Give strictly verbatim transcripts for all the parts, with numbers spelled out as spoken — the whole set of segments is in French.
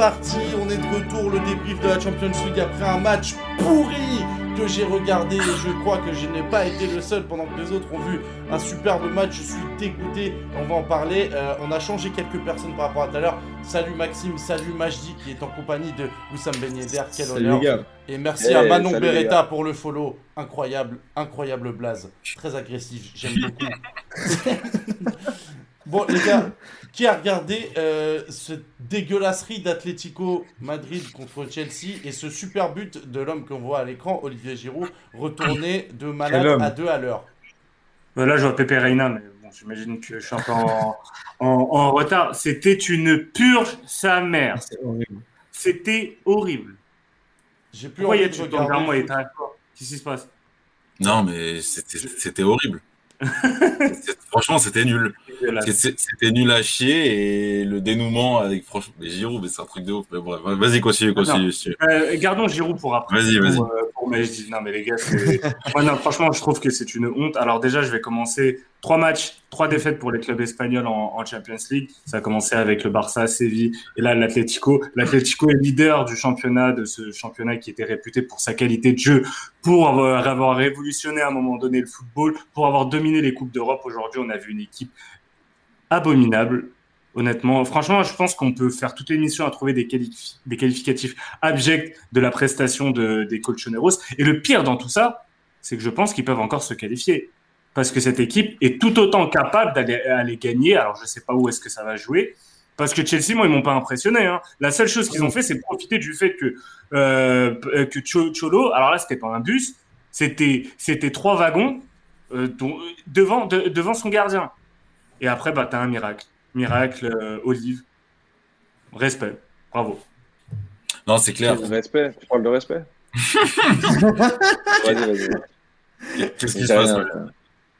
parti, on est de retour, le débrief de la Champions League après un match pourri que j'ai regardé et je crois que je n'ai pas été le seul pendant que les autres ont vu un superbe match, je suis dégoûté, on va en parler, euh, on a changé quelques personnes par rapport à tout à l'heure. Salut Maxime, salut Majdi qui est en compagnie de Wissam Ben Yedder, quel salut honneur. les gars. Et merci hey, à Manon salut, Beretta pour le follow, incroyable, incroyable blaze, très agressif, j'aime beaucoup. Bon les gars, qui a regardé euh, cette dégueulasserie d'Atlético Madrid contre Chelsea et ce super but de l'homme qu'on voit à l'écran, Olivier Giroud, retourné de malade à deux à l'heure? euh, Là je vois Pepe Reina, mais bon, j'imagine que je suis un peu en, en, en retard. C'était une purge sa mère. C'est horrible. C'était horrible. J'ai plus Pourquoi envie y a de tu regarder moi le et foot. Qu'est-ce qui se passe? Non, mais c'était, c'était horrible. C'est- franchement, c'était nul. C'est- c'est- C'était nul à chier et le dénouement avec franchement les Giroud, mais c'est un truc de ouf. Mais bref, vas-y, continue, continue. continue. Euh, gardons Giroud pour après. Vas-y, vas-y. Pour, euh, pour Majdi. Non, mais les gars, c'est... Moi, non, franchement, je trouve que c'est une honte. Alors déjà, je vais commencer. Trois matchs, trois défaites pour les clubs espagnols en, en Champions League. Ça a commencé avec le Barça, Séville et là l'Atlético. L'Atlético est leader du championnat, de ce championnat qui était réputé pour sa qualité de jeu, pour avoir, avoir révolutionné à un moment donné le football, pour avoir dominé les Coupes d'Europe. Aujourd'hui, on a vu une équipe abominable. Honnêtement, franchement, je pense qu'on peut faire toute l'émission à trouver des, qualif- des qualificatifs abjects de la prestation de, des Colchoneros. Et le pire dans tout ça, c'est que je pense qu'ils peuvent encore se qualifier. Parce que cette équipe est tout autant capable d'aller aller gagner. Alors, je ne sais pas où est-ce que ça va jouer. Parce que Chelsea, moi, ils ne m'ont pas impressionné. Hein. La seule chose qu'ils ont fait, c'est profiter du fait que, euh, que Cholo, alors là, ce n'était pas un bus, c'était, c'était trois wagons euh, dont, devant, de, devant son gardien. Et après, bah, tu as un miracle. Miracle, euh, Olive. Respect. Bravo. Non, c'est clair. Le respect, tu parles de respect. Vas-y, vas-y. Qu'est-ce qui se J'ai passe? rien, ouais quoi.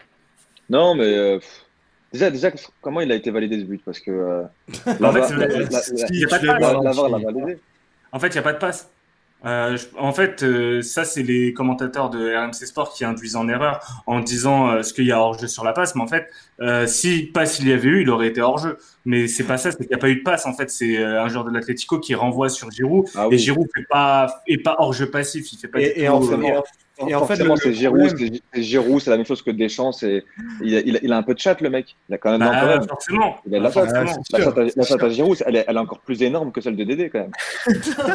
Non, mais euh, pff, déjà, déjà, comment il a été validé ce but? Parce que euh, la En fait, VAR c'est- la- la- la- il y a pas de la- passe. la VAR l'a validé. En fait, il n'y a pas de passe. Euh, je- en fait, euh, ça, c'est les commentateurs de R M C Sport qui induisent en erreur en disant euh, ce qu'il y a hors-jeu sur la passe. Mais en fait, euh, si passe il y avait eu, il aurait été hors-jeu. Mais c'est pas ça, c'est qu'il n'y a pas eu de passe. En fait, c'est euh, un joueur de l'Atlético qui renvoie sur Giroud. Ah Et oui. Giroud fait pas, est pas hors-jeu passif. Il fait pas Et, du et tout, en euh, fait, et en- et en fait, Forcément, le- c'est le Giroud, problème- c'est c'est Giroud, c'est la même chose que Deschamps. C'est il, a- il, a- il a un peu de chat, le mec. Il a quand même, non, quand bah, même. forcément. Il a de la chatte. Forcément. c'est La sûr. chatte à- la chatte à Giroud, elle est, elle est encore plus énorme que celle de Dédé, quand même.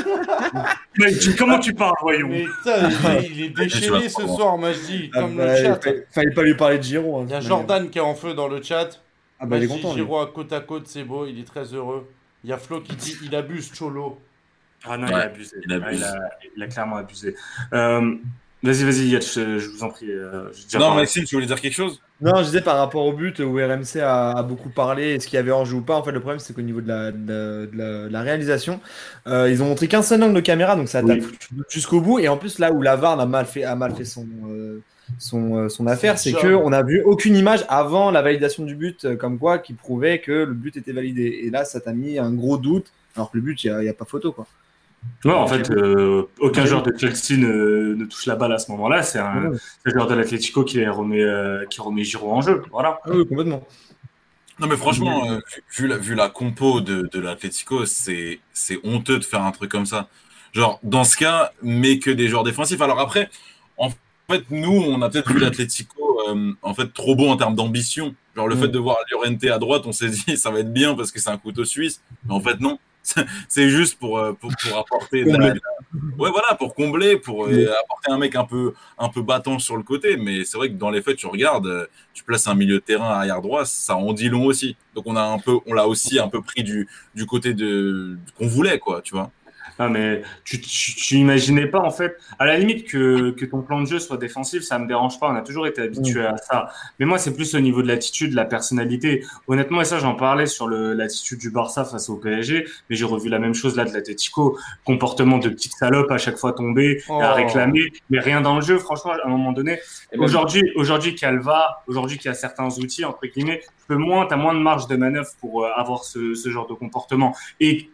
Mais tu- comment tu parles, voyons? Mais putain, il est, il est déchaîné ce soir, Majdi, Ah comme bah, le il chat. fallait, fallait pas lui parler de Giroud. hein. Il y a Jordan qui est en feu dans le chat. Ah bah il est Majdi, content. lui. Giroud à côte à côte, c'est beau, il est très heureux. Il y a Flo qui dit il abuse Cholo. Ah non, Ouais, il a abusé. il abuse. Ah, il, a, il a clairement abusé. Euh, vas-y, vas-y, Yatch, je, je vous en prie. Euh, j'ai déjà Non, parlé. Maxime, tu voulais dire quelque chose? Non, je disais par rapport au but où R M C a, a beaucoup parlé, est-ce qu'il y avait hors-jeu ou pas. En fait, le problème, c'est qu'au niveau de la, de la, de la- de la réalisation, euh, ils ont montré qu'un seul angle de caméra, donc ça Oui. tape jusqu'au bout. Et en plus, là où la V A R a mal fait, a mal fait son, euh, son, euh, son affaire, c'est job. qu'on n'a vu aucune image avant la validation du but, euh, comme quoi, qui prouvait que le but était validé. Et là, ça t'a mis un gros doute, alors que le but, il n'y a, il y a pas photo, quoi. Ouais, en fait, euh, aucun joueur de Chelsea ne, ne touche la balle à ce moment-là. C'est un, Ouais. c'est le joueur de l'Atlético qui remet, euh, qui remet Giroud en jeu. Voilà. Ah oui, complètement. Non, mais franchement, euh, vu, vu la, vu la compo de, de l'Atlético, c'est, c'est honteux de faire un truc comme ça. Genre, dans ce cas, mais que des joueurs défensifs. Alors après, en fait, nous, on a peut-être vu l'Atlético euh, en fait, trop bon en termes d'ambition. Genre, le Mm. fait de voir Llorente à droite, on s'est dit, ça va être bien parce que c'est un couteau suisse. Mais en fait, non. C'est juste pour, euh, pour, pour apporter de la, Combler. de la- ouais, voilà, pour combler, pour euh, apporter un mec un peu, un peu battant sur le côté. Mais c'est vrai que dans les faits, tu regardes, euh, tu places un milieu de terrain arrière droit, ça en dit long aussi. Donc on a un peu, on l'a aussi un peu pris du, du côté de qu'on voulait, quoi, tu vois. Non, mais tu, tu, tu imaginais pas, en fait, à la limite que, que ton plan de jeu soit défensif, ça me dérange pas. On a toujours été habitué à ça. Mais moi, c'est plus au niveau de l'attitude, de la personnalité. Honnêtement, et ça, j'en parlais sur le, l'attitude du Barça face au P S G, mais j'ai revu la même chose là de l'Atlético. Comportement de petite salope à chaque fois tombé, Oh. à réclamer, mais rien dans le jeu. Franchement, à un moment donné, Et même- aujourd'hui, aujourd'hui qu'il y a le V A R, aujourd'hui qu'il y a certains outils, entre guillemets, tu peux moins, t'as moins de marge de manœuvre pour euh, avoir ce, ce genre de comportement. Et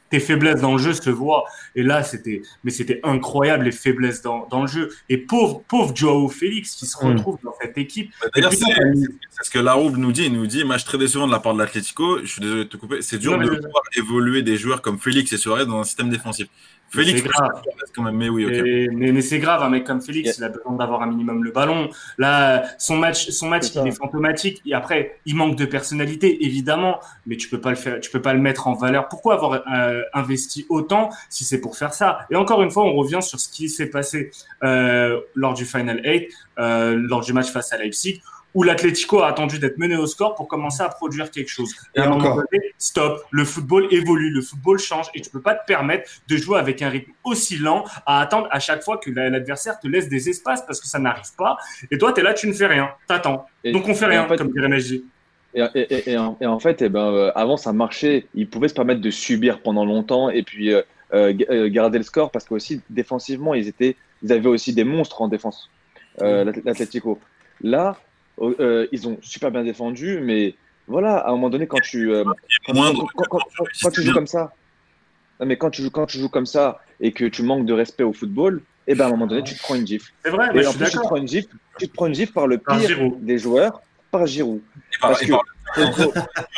tes faiblesses dans le jeu se voient. Et là, c'était, mais c'était incroyable les faiblesses dans, dans le jeu. Et pauvre, pauvre Joao Félix qui se retrouve mmh. dans cette équipe. D'ailleurs, c'est, c'est, c'est ce que Larouble nous dit. Il nous dit, match très décevant de la part de l'Atlético. Je suis désolé de te couper. C'est dur non, de voir évoluer des joueurs comme Félix et Suarez dans un système défensif. Félix, c'est grave. Quand même, mais oui, ok. Et, mais, mais c'est grave, un mec comme Félix, yeah. il a besoin d'avoir un minimum le ballon. Là, son match, son match, c'est il est fantomatique. Et après, il manque de personnalité, évidemment, mais tu peux pas le faire, tu peux pas le mettre en valeur. Pourquoi avoir euh, investi autant si c'est pour faire ça? Et encore une fois, on revient sur ce qui s'est passé euh, lors du Final eight, euh, lors du match face à Leipzig, où l'Atlético a attendu d'être mené au score pour commencer à produire quelque chose. Et, et à un moment donné, stop, le football évolue, le football change et tu peux pas te permettre de jouer avec un rythme aussi lent à attendre à chaque fois que l'adversaire te laisse des espaces parce que ça n'arrive pas. Et toi, tu es là, tu ne fais rien, t'attends. Et, Donc on fait rien, en fait, comme dirait Majdi. Et, et, et, et, en, et en fait, eh ben, euh, avant ça marchait, ils pouvaient se permettre de subir pendant longtemps et puis euh, euh, garder le score parce qu'aussi défensivement, ils, étaient, ils avaient aussi des monstres en défense, euh, l'Atlético. Là, Euh, ils ont super bien défendu, mais voilà, à un moment donné, quand tu, euh, quand, quand, quand, quand, quand, quand tu joues comme ça, non, mais quand tu joues, quand tu joues comme ça et que tu manques de respect au football, et ben à un moment donné, tu te prends une gifle. C'est vrai, et en plus, tu te prends une gifle, tu te prends une gifle par le pire par des joueurs, par Giroud. Et par, Parce et que, par le, pire,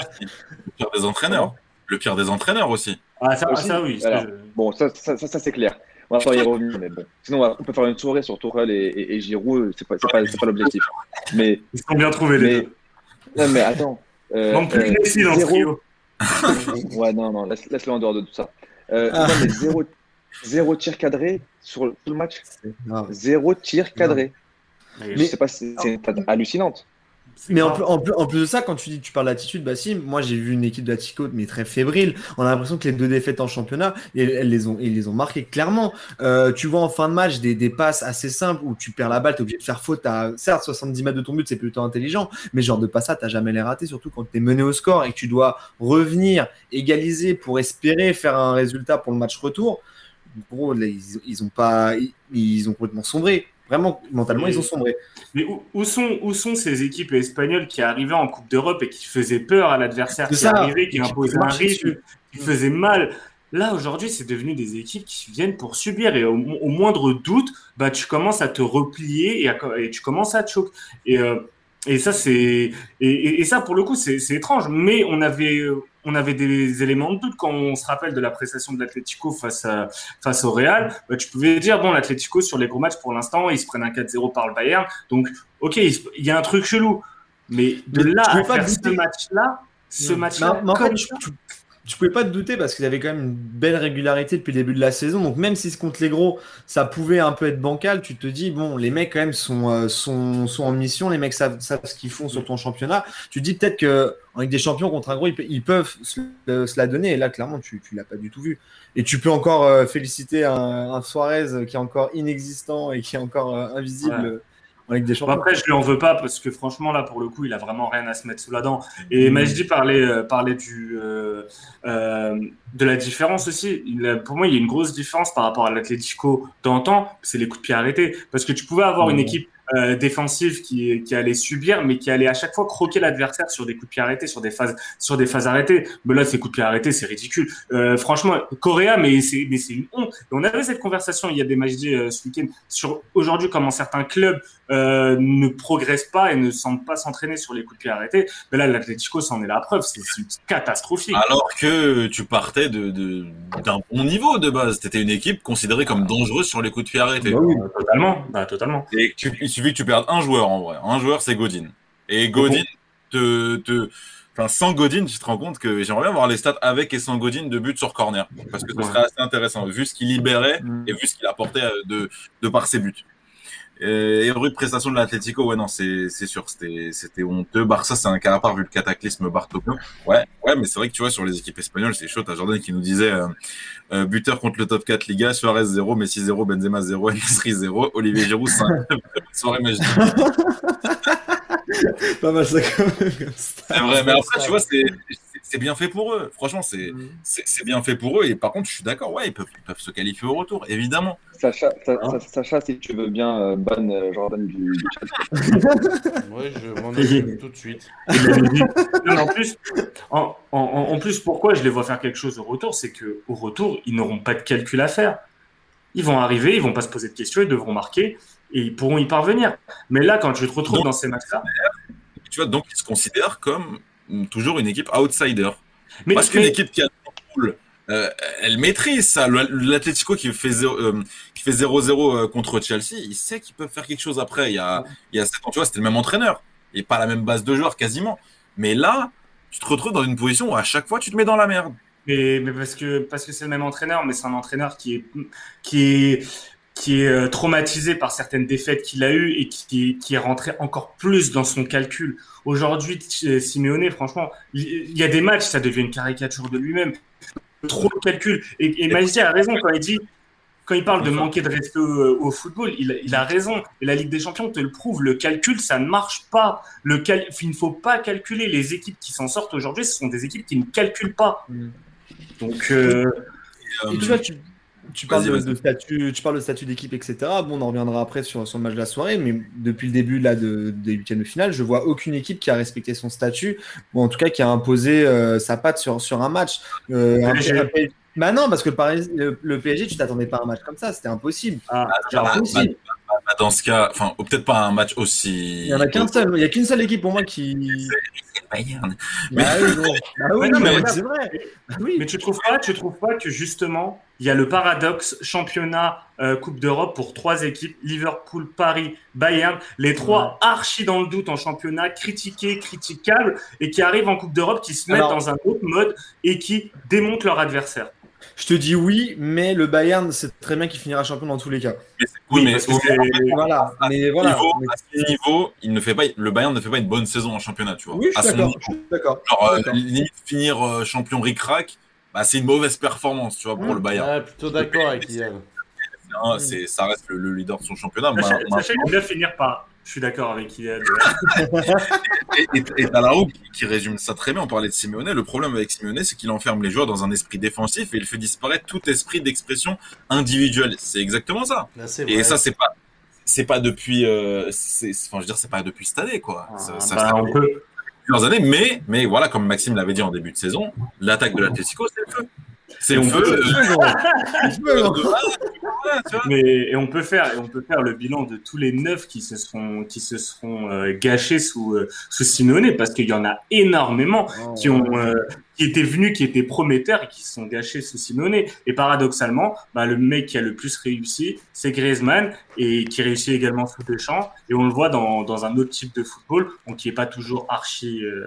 le pire des entraîneurs. Le pire des entraîneurs aussi. Ah, ça, aussi. ça oui. Alors, ça, je... Bon, ça, ça, ça, ça c'est clair. On va pas y revenir, mais bon. Sinon, on peut faire une soirée sur Tourelle et, et, et Giroud, c'est pas, c'est pas, c'est pas l'objectif. Mais, Ils sont bien trouvés, les deux. Non, mais attends. Euh, non plus euh, Messi dans zéro... le trio. Ouais, non, non, laisse, laisse-le en dehors de tout ça. Euh, ah. Non, mais zéro, zéro tir cadré sur tout le match. Zéro tir cadré. Mais, je sais pas, c'est, c'est hallucinante. Mais en plus, en, plus, en plus de ça, quand tu dis tu parles d'attitude, Bassim, moi j'ai vu une équipe d'Atlético mais très fébrile. On a l'impression que les deux défaites en championnat, elles, elles les ont, ils les ont marquées clairement. Euh, tu vois en fin de match des, des passes assez simples où tu perds la balle, t'es obligé de faire faute. À, certes, soixante-dix mètres de ton but, c'est plutôt intelligent, mais genre de passe, t'as jamais les raté, surtout quand t'es mené au score et que tu dois revenir, égaliser pour espérer faire un résultat pour le match retour. Gros, là, ils, ils ont pas, ils, ils ont complètement sombré. Vraiment, mentalement, mais, ils ont sombré. Mais où, où, sont, où sont ces équipes espagnoles qui arrivaient en Coupe d'Europe et qui faisaient peur à l'adversaire, qui ça, arrivait, qui imposaient un rythme, qui faisaient mal? Là, aujourd'hui, c'est devenu des équipes qui viennent pour subir. Et au, au moindre doute, bah, tu commences à te replier et, à, et tu commences à te choquer. Et, euh, et ça, c'est, et, et, et ça, pour le coup, c'est, c'est étrange. Mais on avait... On avait des éléments de doute quand on se rappelle de la prestation de l'Atlético face, à, face au Real. Bah, tu pouvais dire, bon, l'Atlético, sur les gros matchs, pour l'instant, ils se prennent un quatre zéro par le Bayern. Donc, OK, il, il y a un truc chelou. Mais de mais là à faire ce match-là, ce non. match-là, non, comme tu, tu, tu pouvais pas te douter parce qu'il avait quand même une belle régularité depuis le début de la saison. Donc, même si contre les gros, ça pouvait un peu être bancal, tu te dis, bon, les mecs, quand même, sont, euh, sont, sont en mission. Les mecs savent, savent ce qu'ils font sur ton championnat. Tu te dis peut-être que en Ligue des Champions contre un gros, ils peuvent se, se la donner. Et là, clairement, tu ne l'as pas du tout vu. Et tu peux encore euh, féliciter un, un Suarez qui est encore inexistant et qui est encore euh, invisible ouais. en Ligue des Champions. Bon, après, je ne lui en veux pas parce que franchement, là, pour le coup, il n'a vraiment rien à se mettre sous la dent. Et mmh. Majdi parlait, euh, parlait du, euh, euh, de la différence aussi. Il, pour moi, il y a une grosse différence par rapport à l'Atlético d'antan. C'est les coups de pied arrêtés. Parce que tu pouvais avoir mmh. une équipe Euh, défensive qui, qui allait subir, mais qui allait à chaque fois croquer l'adversaire sur des coups de pied arrêtés, sur des phases, sur des phases arrêtées. Mais là, ces coups de pied arrêtés, c'est ridicule. Euh, franchement, Correa, mais c'est, mais c'est une honte. Et on avait cette conversation, il y a des matchs euh, ce week-end, sur aujourd'hui comment certains clubs euh, ne progressent pas et ne semblent pas s'entraîner sur les coups de pied arrêtés. Mais là, l'Atlético, c'en est la preuve. C'est, c'est catastrophique. Alors que tu partais de, de, d'un bon niveau de base. T'étais une équipe considérée comme dangereuse sur les coups de pied arrêtés. Bah oui, totalement. Bah, totalement. Et tu, il suffit que tu perdes un joueur en vrai. Un joueur, c'est Godin. Et Godin, te, te... Enfin, sans Godin, tu te rends compte que j'aimerais bien voir les stats avec et sans Godin de buts sur corner. Parce que ce serait assez intéressant, vu ce qu'il libérait et vu ce qu'il apportait de, de par ses buts. Et, et rue de prestation de l'Atlético, ouais, non, c'est, c'est sûr, c'était, c'était honteux. Barça, c'est un cas à part vu le cataclysme Bartomeu. Ouais, ouais, mais c'est vrai que tu vois, sur les équipes espagnoles, c'est chaud. T'as Jordan qui nous disait, euh, euh, buteur contre le top quatre Liga, Suarez zéro, Messi zéro, Benzema zéro, Nesri zéro, Olivier Giroud cinq. Soirée magique. Pas mal ça quand même. comme ça. C'est vrai, mais après, tu vois, c'est, c'est, c'est bien fait pour eux. Franchement, c'est, Mm. c'est, c'est bien fait pour eux. Et par contre, je suis d'accord, ouais, ils peuvent, ils peuvent se qualifier au retour, évidemment. Sacha, Sa- Hein Sa- Sacha, si tu veux bien, euh, ban euh, Jordan du, du chat. Ouais, je m'en occupe tout de suite. Et le- Non, mais en plus, en, en- en- en plus, pourquoi je les vois faire quelque chose au retour, c'est que au retour, ils n'auront pas de calcul à faire. Ils vont arriver, ils vont pas se poser de questions, ils devront marquer et ils pourront y parvenir. Mais là, quand tu te retrouves Donc, dans ces matchs-là, tu vois, donc ils se considèrent comme mm, toujours une équipe outsider. mais, Parce qu'une mais- équipe qui a le poule, euh, elle maîtrise ça. Le- L'Atlético qui fait zéro, euh, qui fait zéro zéro euh, contre Chelsea, il sait qu'ils peuvent faire quelque chose après. Il y a, il y a sept ans, tu vois, c'était le même entraîneur et pas la même base de joueurs quasiment. Mais là, tu te retrouves dans une position où à chaque fois tu te mets dans la merde. Mais, mais parce que parce que c'est le même entraîneur, mais c'est un entraîneur qui est qui est qui est euh, traumatisé par certaines défaites qu'il a eues et qui qui est rentré encore plus dans son calcul. Aujourd'hui, Ch- Simeone, franchement, il il y a des matchs, ça devient une caricature de lui-même. Trop de calcul. Et, et Maïsy a raison quand il dit quand il parle de manquer de respect au, au football, il, a- il a raison. Et la Ligue des Champions te le prouve. Le calcul, ça ne marche pas. Le cal... Il ne faut pas calculer. Les équipes qui s'en sortent aujourd'hui, ce sont des équipes qui ne calculent pas. Mm. Donc, euh, Euh, Et tu vois, tu, tu parles Vas-y, de, vas-y. de statut, tu parles de statut d'équipe, et cetera. Bon, on en reviendra après sur, sur le match de la soirée, mais depuis le début là, de, des huitièmes de finale, je vois aucune équipe qui a respecté son statut, ou en tout cas qui a imposé euh, sa patte sur, sur un match. Euh, un- P S G. un P S G. Bah non, parce que le, Paris- le, le P S G, tu t'attendais pas à un match comme ça, c'était impossible. ah, C'était alors, impossible. bah, dans ce cas, enfin, ou peut-être pas un match aussi. Il y en a qu'un seul, il y a qu'une seule équipe pour moi qui. Bayern. Bah oui, bon. Bah oui, Ouais, non, mais mais voilà. c'est vrai. Bah oui. mais tu trouves pas, tu trouves pas que justement, il y a le paradoxe championnat euh, Coupe d'Europe pour trois équipes, Liverpool, Paris, Bayern, les trois archi dans le doute en championnat, critiqués, critiquables, et qui arrivent en Coupe d'Europe, qui se mettent Alors- dans un autre mode et qui démontent leur adversaire. Je te dis oui, mais le Bayern, c'est très bien qu'il finira champion dans tous les cas. Mais c'est cool, mais parce que au c'est- Voilà, mais voilà. niveau, Mais- à ce niveau, il ne fait pas, le Bayern ne fait pas une bonne saison en championnat, tu vois. Oui, je À suis son d'accord. niveau. Je suis d'accord. Genre, euh, D'accord. limite finir euh, champion ric-rac, bah, c'est une mauvaise performance, tu vois, pour Mm. le Bayern. Ouais, plutôt d'accord avec Yann. Hein, Mm. c'est, ça reste le, le leader de son championnat. Sacha, Ma- Sacha, il aime bien finir par. Je suis d'accord avec Kylian. Et, et, et Talaro qui, qui résume ça très bien. On parlait de Simeone. Le problème avec Simeone, c'est qu'il enferme les joueurs dans un esprit défensif et il fait disparaître tout esprit d'expression individuelle. C'est exactement ça. Là, c'est Et vrai. ça, c'est pas, c'est pas depuis, euh, c'est, c'est- enfin, je veux dire, c'est pas depuis cette année, quoi. Ça, Ah, ça bah, fait on peut. plusieurs années, mais, mais voilà, comme Maxime l'avait dit en début de saison, l'attaque de l'Atlético, c'est le feu. C'est le on feu. peut- euh, Je peux, non. voilà, tu vois. Mais et on peut faire et on peut faire le bilan de tous les neufs qui se seront qui se seront euh, gâchés sous euh, sous Simeone parce qu'il y en a énormément qui ont euh, qui étaient venus, qui étaient prometteurs et qui se sont gâchés sous Simeone. Et paradoxalement, bah, le mec qui a le plus réussi, c'est Griezmann et qui réussit également sous Deschamps. Et on le voit dans dans un autre type de football, donc qui est pas toujours archi euh,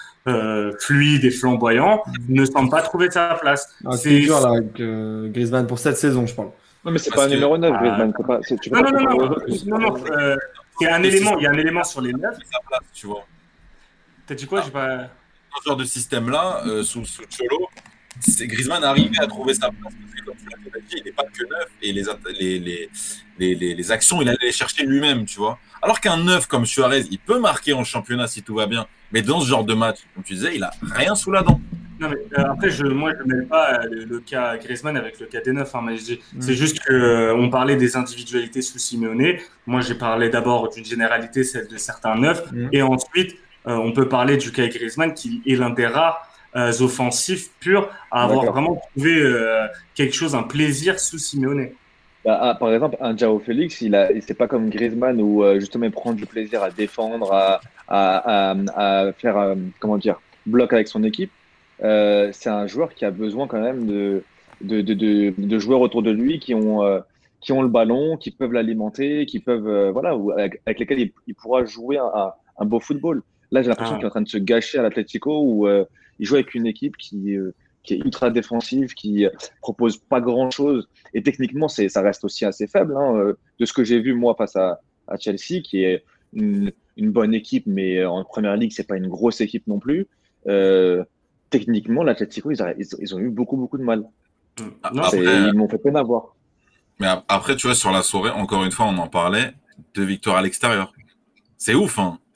euh, fluide et flamboyant, ne semble pas trouver sa place. Ah, C'est- c'est dur là avec euh, Griezmann pour cette saison, je parle. Non, mais c'est Parce pas un que- numéro neuf, Ah. Griezmann. C'est pas, c'est- tu peux Non, pas non, non, comparer non, aux autres. non, non, euh, il y a un élément, il y a un élément sur les neufs. Sa place, tu vois. T'as dit quoi? J'ai pas. Dans ce genre de système-là, euh, sous, sous Cholo, c'est Griezmann arrivé à trouver sa place. Parce que, comme tu l'as dit, il n'est pas que neuf et les, at- les, les, les, les, les actions, il allait les chercher lui-même, tu vois. Alors qu'un neuf comme Suarez, il peut marquer en championnat si tout va bien, mais dans ce genre de match, comme tu disais, il a rien sous la dent. Non, mais euh, après, je, moi, je ne mêle pas euh, le, le cas Griezmann avec le cas des neufs. Hein, mais je dis- Mm. c'est juste que euh, on parlait des individualités sous Simeone. Moi, j'ai parlé d'abord d'une généralité, celle de certains neufs. Mm. Et ensuite, euh, on peut parler du cas Griezmann, qui est l'un des rares euh, offensifs purs à avoir D'accord. vraiment trouvé euh, quelque chose, un plaisir sous Simeone. Bah, ah, par exemple, un Joao Félix, il a, c'est pas comme Griezmann où euh, justement il prend du plaisir à défendre, à, à, à, à faire, euh, comment dire, bloc avec son équipe. Euh, c'est un joueur qui a besoin quand même de, de, de, de, de joueurs autour de lui qui ont, euh, qui ont le ballon, qui peuvent l'alimenter, qui peuvent, euh, voilà, ou avec, avec lesquels il, il pourra jouer un, un, un beau football. Là, j'ai l'impression Ah. qu'il est en train de se gâcher à l'Atlético où euh, il joue avec une équipe qui, euh, qui est ultra défensive, qui euh, propose pas grand chose. Et techniquement, c'est, ça reste aussi assez faible, hein, euh, de ce que j'ai vu moi face à, à Chelsea, qui est une, une bonne équipe, mais en première ligue, c'est pas une grosse équipe non plus. Euh, techniquement, l'Atlético, ils, a- ils, ils ont eu beaucoup, beaucoup de mal. Ah, Non, après, C'est- ils m'ont fait peine à voir. Mais après, tu vois, sur la soirée, encore une fois, on en parlait, deux victoires à l'extérieur. C'est ouf, hein.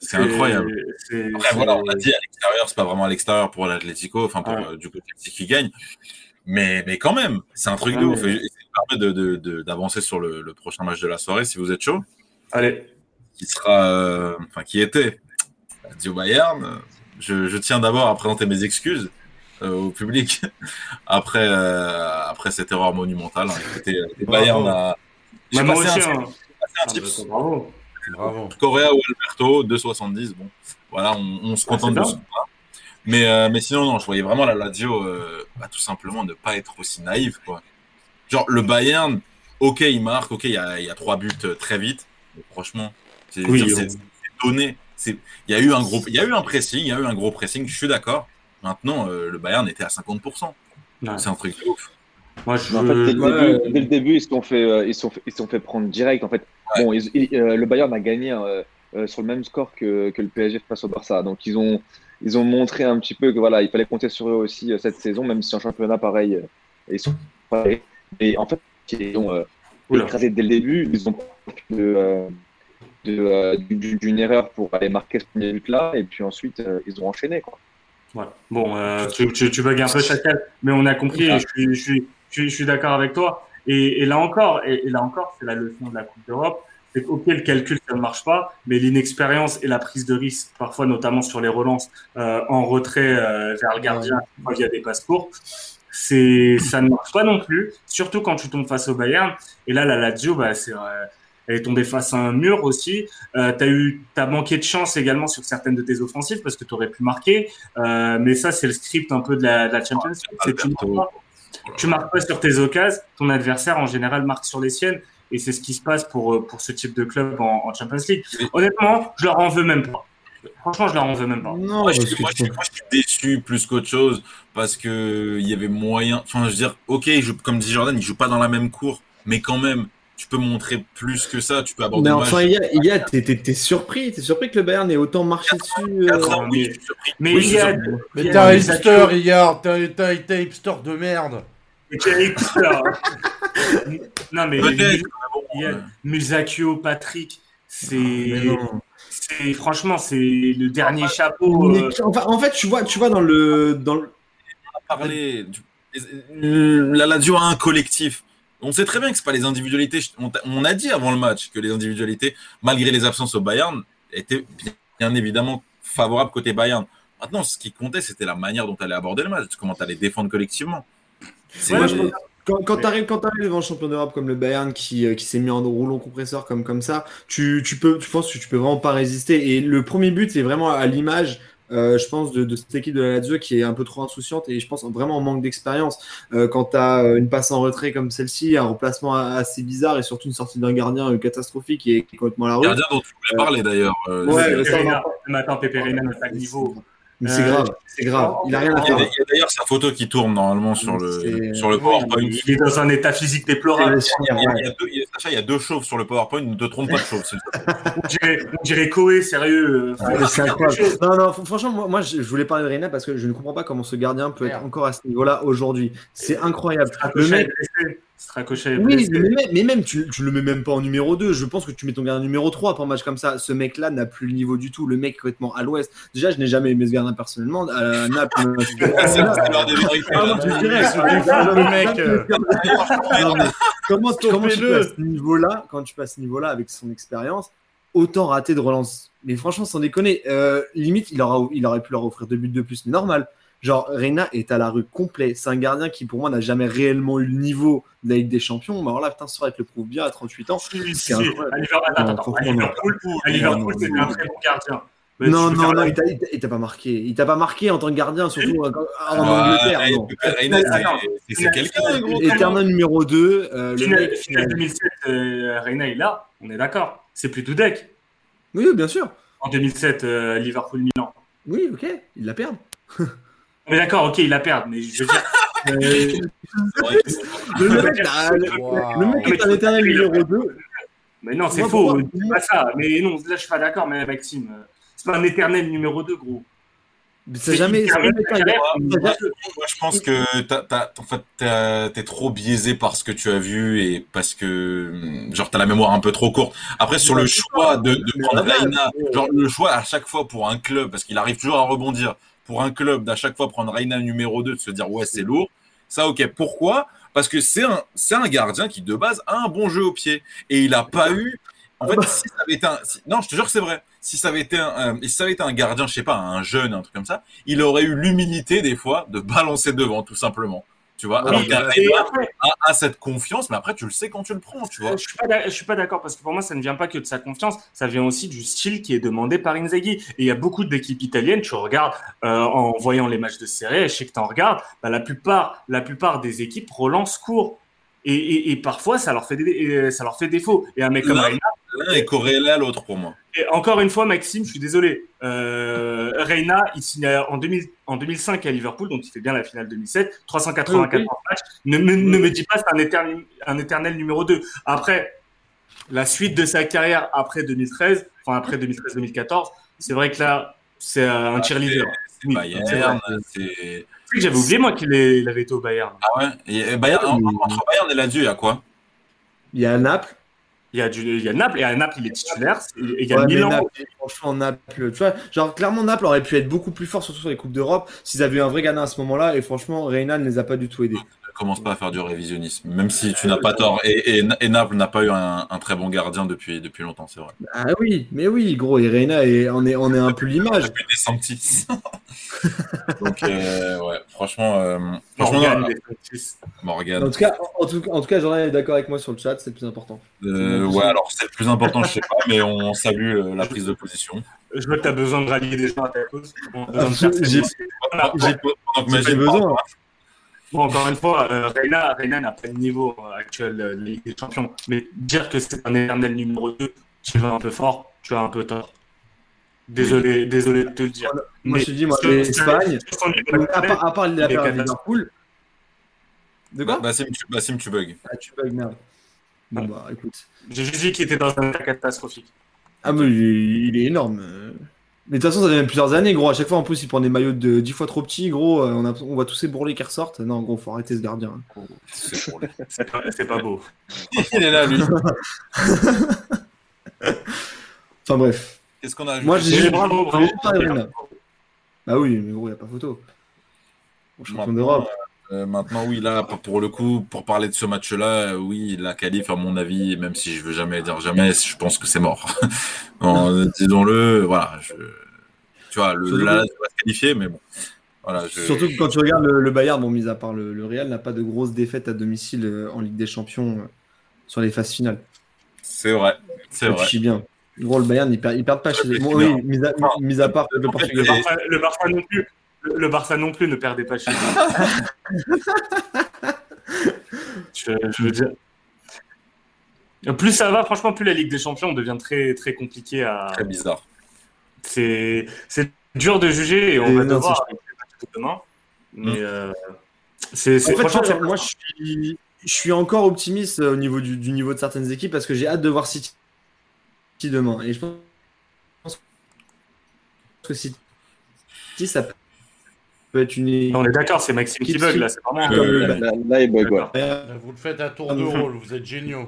C'est incroyable. c'est- Après, c'est- voilà, on a dit à l'extérieur, c'est pas vraiment à l'extérieur pour l'Atlético, enfin pour Ouais. euh, du coup l'Atlético qui gagne. Mais, mais quand même, c'est un truc Ouais, de ouf. mais- Et ça permet de, de, de- d'avancer sur le, le prochain match de la soirée, si vous êtes chaud, Allez. qui sera, euh, enfin qui était dit au Bayern. Je, je tiens d'abord à présenter mes excuses euh, au public après, euh, après cette erreur monumentale. Hein. Écoutez, les Bravo. Bayern a. J'ai Mais moi passé aussi, un, hein. passé un Ah, bah, tips. bravo. Bravo. Correa ou Alberto, deux virgule soixante-dix. Bon, voilà, on, on se Ah, contente c'est de bien. ce qu'on a. Mais, euh, mais sinon, non, je voyais vraiment la Lazio, euh, bah, tout simplement, ne pas être aussi naïf, quoi. Genre, le Bayern, ok, il marque, ok, il y a, il y a trois buts euh, très vite. Mais franchement, c'est Oui, c'est- on- c'est donné. C'est- Il y a eu un gros, il y a eu un pressing, il y a eu un gros pressing, je suis d'accord. Maintenant, euh, le Bayern était à cinquante pour cent. Ouais. C'est un truc de ouf. Moi, je. Mais en fait, dès le, Ouais, début, euh, dès le début, ils se sont fait, euh, ils se sont fait, ils se sont fait prendre direct. En fait, bon, ils- ils- euh, le Bayern a gagné euh, euh, sur le même score que, que le P S G face au Barça. Donc, ils ont, ils ont montré un petit peu que voilà, il fallait compter sur eux aussi euh, cette saison, même si en championnat, pareil, euh, ils sont pas. Et en fait, ils ont euh, Oula. écrasé dès le début. Ils ont profité de, euh, de, euh, d'une d'une erreur pour aller marquer ce premier but-là, et puis ensuite, euh, ils ont enchaîné, quoi. Voilà. Bon, euh, tu, tu, tu bugs un peu, Chacal, mais on a compris. Et je suis, je suis, je suis, je suis d'accord avec toi. Et, et là encore, et, et là encore, c'est la leçon de la Coupe d'Europe. C'est que, ok, le calcul ça ne marche pas, mais l'inexpérience et la prise de risque, parfois notamment sur les relances euh, en retrait euh, vers le gardien, ouais. via des passes courtes, c'est ça ne marche pas non plus. Surtout quand tu tombes face au Bayern. Et là, la Lazio, bah, c'est euh, elle est tombée face à un mur aussi. Euh, t'as eu, t'as manqué de chance également sur certaines de tes offensives parce que tu aurais pu marquer. Euh, mais ça, c'est le script un peu de la, de la Champions League. C'est tu marques pas, tu marques pas sur tes occasions. Ton adversaire, en général, marque sur les siennes. Et c'est ce qui se passe pour, pour ce type de club en, en Champions League. Honnêtement, je leur en veux même pas. Franchement, je leur en veux même pas. Non, moi, je, moi, je, moi, je suis déçu plus qu'autre chose parce que il y avait moyen. Enfin, je veux dire, ok, je, comme dit Jordan, ils jouent pas dans la même cour, mais quand même. Tu peux montrer plus que ça, tu peux aborder. Mais enfin, il y a, il y a t'es, t'es, t'es surpris, t'es surpris que le Bayern ait autant marché dessus. quatre ans, euh... oui, je suis surpris. Mais oui, il y a. Mais t'es un hipster, Yard, t'es, t'es, t'es un hipster de merde. Mais t'es un hipster. Non, mais peut-être. Il y a Musacchio, Patrick, c'est. C'est franchement, c'est le dernier chapeau. Mais, euh... enfin, en fait, tu vois, tu vois dans le dans le. On a parlé. La Lazio a un collectif. On sait très bien que c'est pas les individualités. On, on a dit avant le match que les individualités, malgré les absences au Bayern, étaient bien, bien évidemment favorables côté Bayern. Maintenant, ce qui comptait, c'était la manière dont tu allais aborder le match, comment tu allais défendre collectivement. C'est... Ouais, je... Quand, quand tu arrives devant un champion d'Europe comme le Bayern qui, euh, qui s'est mis en rouleau compresseur comme, comme ça, tu, tu, peux, tu penses que tu peux vraiment pas résister. Et le premier but est vraiment à l'image. Euh, je pense de, de cette équipe de la Lazio qui est un peu trop insouciante et je pense vraiment en manque d'expérience. Euh, quand tu as une passe en retrait comme celle-ci, un remplacement assez bizarre et surtout une sortie d'un gardien catastrophique et qui est complètement à la rue. Gardien dont tu voulais euh, parler d'ailleurs. Euh, ouais, mais ça, on attend Pepe Reina à pas de niveau. Mais c'est grave, c'est grave. Il a rien à faire. Il y a d'ailleurs sa photo qui tourne normalement sur le, sur le PowerPoint. Il est dans un état physique déplorable. Il y a, il y a deux, il y a, Sacha, il y a deux chauves sur le PowerPoint. Ne te trompe pas de chauves. on, dirait, on dirait Koé, sérieux. Ouais, c'est incroyable. Non, non, franchement, moi, moi, je voulais parler de Reina parce que je ne comprends pas comment ce gardien peut être encore à ce niveau-là aujourd'hui. C'est incroyable. Le mec. Stracochet. Oui, mais même, mais même tu, tu le mets même pas en numéro deux. Je pense que tu mets ton gardien numéro trois pour un match comme ça. Ce mec-là n'a plus le niveau du tout. Le mec est complètement à l'ouest. Déjà, je n'ai jamais aimé ce gardien personnellement. À Naples. Comment tu passes à ce niveau-là, quand tu passes à ce niveau-là avec son expérience, autant rater de relance. Mais franchement, sans déconner, euh, limite, il, aura, il aurait pu leur offrir deux buts de plus. Mais normal. Genre, Reina est à la rue complet. C'est un gardien qui, pour moi, n'a jamais réellement eu le niveau de la Ligue des Champions. Mais alors là, putain, ce soir, il te le prouve bien à trente-huit ans. Si, si, si. À Liverpool, à Liverpool, à Liverpool c'est un très bon gardien. Mais non, non, non, il t'a, il, t'a, il t'a pas marqué. Il t'a pas marqué en tant que gardien, surtout en, en Angleterre. Reina, c'est, c'est quelqu'un, gros. Éternel numéro deux. Euh, finale, le finale deux mille sept, euh, Reina est là. On est d'accord. C'est plus Dudek. Oui, bien sûr. En deux mille sept, euh, Liverpool-Milan. Oui, ok. Il la perd. Mais d'accord, ok, il la perd, mais je veux dire. Euh... le mec, là, le, wow. le mec est un éternel numéro deux. Mais non, c'est moi, faux, c'est pas ça. Mais non, là, je suis pas d'accord, mais avec Tim. C'est pas un éternel numéro deux, gros. Ça n'a jamais, ça a jamais été un gardien. Moi, moi, je pense que t'as, t'as, en fait, t'as- t'es trop biaisé par ce que tu as vu et parce que, hum, genre, t'as la mémoire un peu trop courte. Après, sur le choix de, de Mais prendre voilà, Reina, c'est- genre, le choix à chaque fois pour un club, parce qu'il arrive toujours à rebondir, pour un club d'à chaque fois prendre Reina numéro deux, de se dire, ouais, c'est lourd. Ça, ok. Pourquoi? Parce que c'est un, c'est un gardien qui, de base, a un bon jeu au pied. Et il a pas eu, en fait, si ça avait été un, si- non, je te jure que c'est vrai. Si ça avait été un, un- si ça avait été un gardien, je sais pas, un jeune, un truc comme ça, il aurait eu l'humilité, des fois, de balancer devant, tout simplement. Tu vois? Alors Oui, qu'un et Reina après, a, a cette confiance, mais après, tu le sais quand tu le prends, tu vois? je suis pas d'ac- je suis pas d'accord parce que pour moi, ça ne vient pas que de sa confiance, ça vient aussi du style qui est demandé par Inzaghi. Et il y a beaucoup d'équipes italiennes, tu regardes euh, en voyant les matchs de Serie A, je sais que tu en regardes, bah, la plupart, la plupart des équipes relancent court. Et, et, et parfois, ça leur fait des, et ça leur fait défaut. Et un mec comme L'un Reina, l'un est corrélé à l'autre pour moi. et encore une fois, Maxime, je suis désolé. Euh, Reina, il signe en, deux mille, en deux mille cinq à Liverpool, donc il fait bien la finale deux mille sept, trois cent quatre-vingt-quatorze Oui, matchs. Ne, me- ne me dis pas que c'est un éternel, un éternel numéro deux. Après, la suite de sa carrière après deux mille treize, enfin après deux mille treize deux mille quatorze, c'est vrai que là, c'est un cheerleader. C'est Oui, Bayern, c'est vrai. c'est. Tu sais que j'avais oublié, moi, qu'il est- il avait été au Bayern. Ah ouais? Et et Bayern, en- entre Bayern et Lazio, il y a quoi? Il y a Naples. Il y a, du, il y a Naples, et à Naples, il est titulaire. Et il y a Ouais, mais Milan. Naples, franchement, Naples, tu vois, genre, clairement, Naples aurait pu être beaucoup plus fort, surtout sur les Coupes d'Europe, s'ils avaient eu un vrai gagnant à ce moment-là, et franchement, Reina ne les a pas du tout aidés. Ne commence pas à faire du révisionnisme, même si tu n'as pas tort. Et, et, et Naples n'a pas eu un, un très bon gardien depuis, depuis longtemps, c'est vrai. Ah oui, mais oui, gros, et Reina, et on est, on est un peu l'image. Depuis des Sanctis. Donc, euh, ouais, franchement, euh, franchement Morgan, non, il est Sanctis. Morgan. En tout cas, en tout, en tout cas, Jordan est d'accord avec moi sur le chat, c'est le plus important. Euh, ouais, alors c'est le plus important, je sais pas, mais on salue euh, la prise de position. Je vois que tu as besoin de rallier des gens à ta cause. Bon, besoin de faire Ah, J'ai ses- Pendant que j'ai Magic besoin. parle, Bon, encore une fois, euh, Reina, Reina n'a pas de niveau euh, actuel euh, de Ligue des Champions. Mais dire que c'est un éternel numéro deux, tu vas un peu fort, tu as un peu tort. Désolé, désolé de te le dire. Moi, Mais je te dis, moi, sur- l'Espagne, sur son niveau à part, à part la il est période de catastrophique. Liverpool. De quoi? Bassim, tu, Bassim, tu bugs. Ah, tu bugs, merde. Bon, bah, écoute. J'ai juste dit qu'il était dans un état catastrophique. Ah, mais il est, il est énorme. euh. Mais de toute façon, ça fait même plusieurs années, gros. À chaque fois, en plus, il prend des maillots de dix fois trop petits, gros. euh, On, a, on voit tous ces bourrelets qui ressortent. Non, gros, faut arrêter ce gardien. C'est pour lui. C'est pas, c'est pas beau. Il est là, lui. Enfin, bref. Qu'est-ce qu'on a Moi, ajouté j'ai Mais juste bravo, bravo. j'ai pas Reina. Bah oui, mais gros, y a pas photo. Bon, champion Maintenant, d'Europe. euh, maintenant, oui, là, pour- pour le coup, pour parler de ce match-là, euh, oui, la qualif, à mon avis, même si je veux jamais dire jamais, je pense que c'est mort. Bon, euh, disons-le, voilà. Je... Tu vois, le, Surtout là, que- je vais se qualifier, mais bon. Voilà, je... Surtout que quand tu regardes le, le Bayern, bon, mis à part le, le Real, n'a pas de grosses défaites à domicile euh, en Ligue des Champions euh, sur les phases finales. C'est vrai, c'est Ça vrai. chie bien. Gros, le Bayern, ils, perdent, ils perdent pas chez eux. Bon, bien. oui, mis à, mis à part le En fait, Le Portugal. Et- Barça, le Barça non plus. Le, le Barça non plus ne perdait pas chez lui. je, je veux dire. Plus ça va, franchement, plus la Ligue des Champions devient très, très compliquée à. Très bizarre. C'est, c'est dur de juger et on Et va non, devoir c'est avec les matchs de demain. Mm. Mais euh, c'est, c'est En fait, franchement, tu vois, c'est- moi, je suis, je suis encore optimiste euh, au niveau du, du niveau de certaines équipes parce que j'ai hâte de voir City demain. Et je pense que City, ça peut être une équipe. on est d'accord, c'est Maxime qui bug là, c'est vraiment. Euh, comme le Là, là, il bug, voilà. Bayern. Vous le faites à tour de rôle, vous êtes géniaux.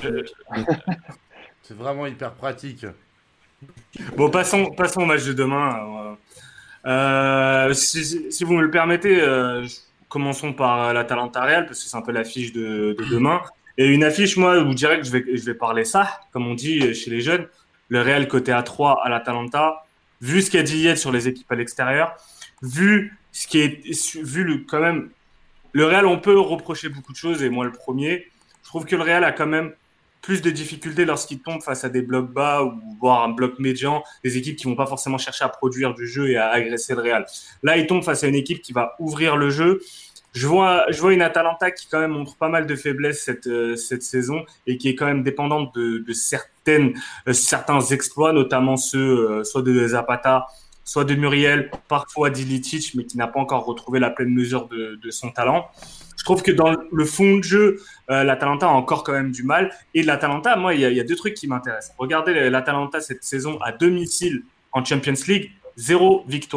C'est vraiment hyper pratique. Bon, passons, passons au match de demain. Euh, si, si vous me le permettez, euh, je- commençons par l'Atalanta Real, parce que c'est un peu l'affiche de, de demain. Et une affiche, moi, où je dirais que je vais, je vais parler ça, comme on dit chez les jeunes. Le Real côté à trois à l'Atalanta, vu ce qu'a dit Yed sur les équipes à l'extérieur, vu ce qui est, vu le, quand même, le Real, on peut reprocher beaucoup de choses, et moi le premier. Je trouve que le Real a quand même plus de difficultés lorsqu'il tombe face à des blocs bas ou voire un bloc médian, des équipes qui vont pas forcément chercher à produire du jeu et à agresser le Real. Là, il tombe face à une équipe qui va ouvrir le jeu. Je vois, je vois une Atalanta qui quand même montre pas mal de faiblesses cette, euh, cette saison et qui est quand même dépendante de, de certaines, euh, certains exploits, notamment ceux euh, soit de Zapata, soit de Muriel, parfois d'Ilitic, mais qui n'a pas encore retrouvé la pleine mesure de, de son talent. Je trouve que dans le fond de jeu, euh, l'Atalanta a encore quand même du mal. Et l'Atalanta, moi, il y, a, il y a deux trucs qui m'intéressent. Regardez l'Atalanta cette saison à domicile en Champions League, zéro victoire.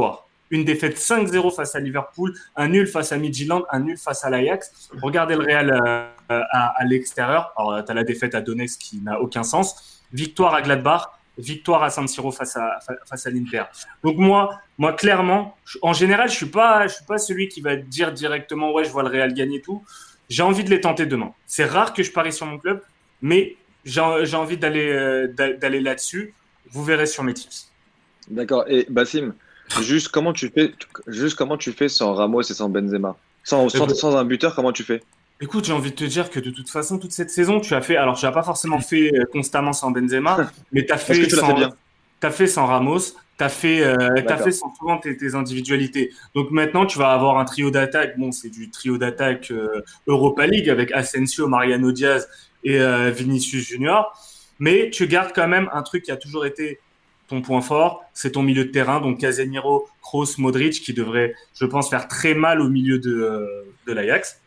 une défaite cinq zéro face à Liverpool, un nul face à Midtjylland, un nul face à l'Ajax. Regardez le Real euh, à, à l'extérieur. Alors, tu as la défaite à Donetsk qui n'a aucun sens. Victoire à Gladbach, victoire à San Siro face à, face à l'Inter. Donc moi, moi clairement, en général, je suis pas, je suis pas celui qui va dire directement ouais, je vois le Real gagner tout. J'ai envie de les tenter demain. C'est rare que je parie sur mon club, mais j'ai, j'ai envie d'aller, euh, d'aller là-dessus. Vous verrez sur mes tips. D'accord. Et Bassim, juste comment tu fais, juste comment tu fais sans Ramos et sans Benzema, sans, sans, sans un buteur, comment tu fais? Écoute, j'ai envie de te dire que de toute façon, toute cette saison, tu as fait. Alors, tu n'as pas forcément fait euh, constamment sans Benzema, mais tu as fait, tu sans, bien t'as fait sans Ramos, tu as fait, euh, t'as fait sans souvent tes, tes individualités. Donc maintenant, tu vas avoir un trio d'attaque. Bon, c'est du trio d'attaque euh, Europa League avec Asensio, Mariano Diaz et euh, Vinicius Junior. Mais tu gardes quand même un truc qui a toujours été ton point fort, c'est ton milieu de terrain. Donc Casemiro, Kroos, Modric, qui devrait, je pense, faire très mal au milieu de, euh, de l'Ajax.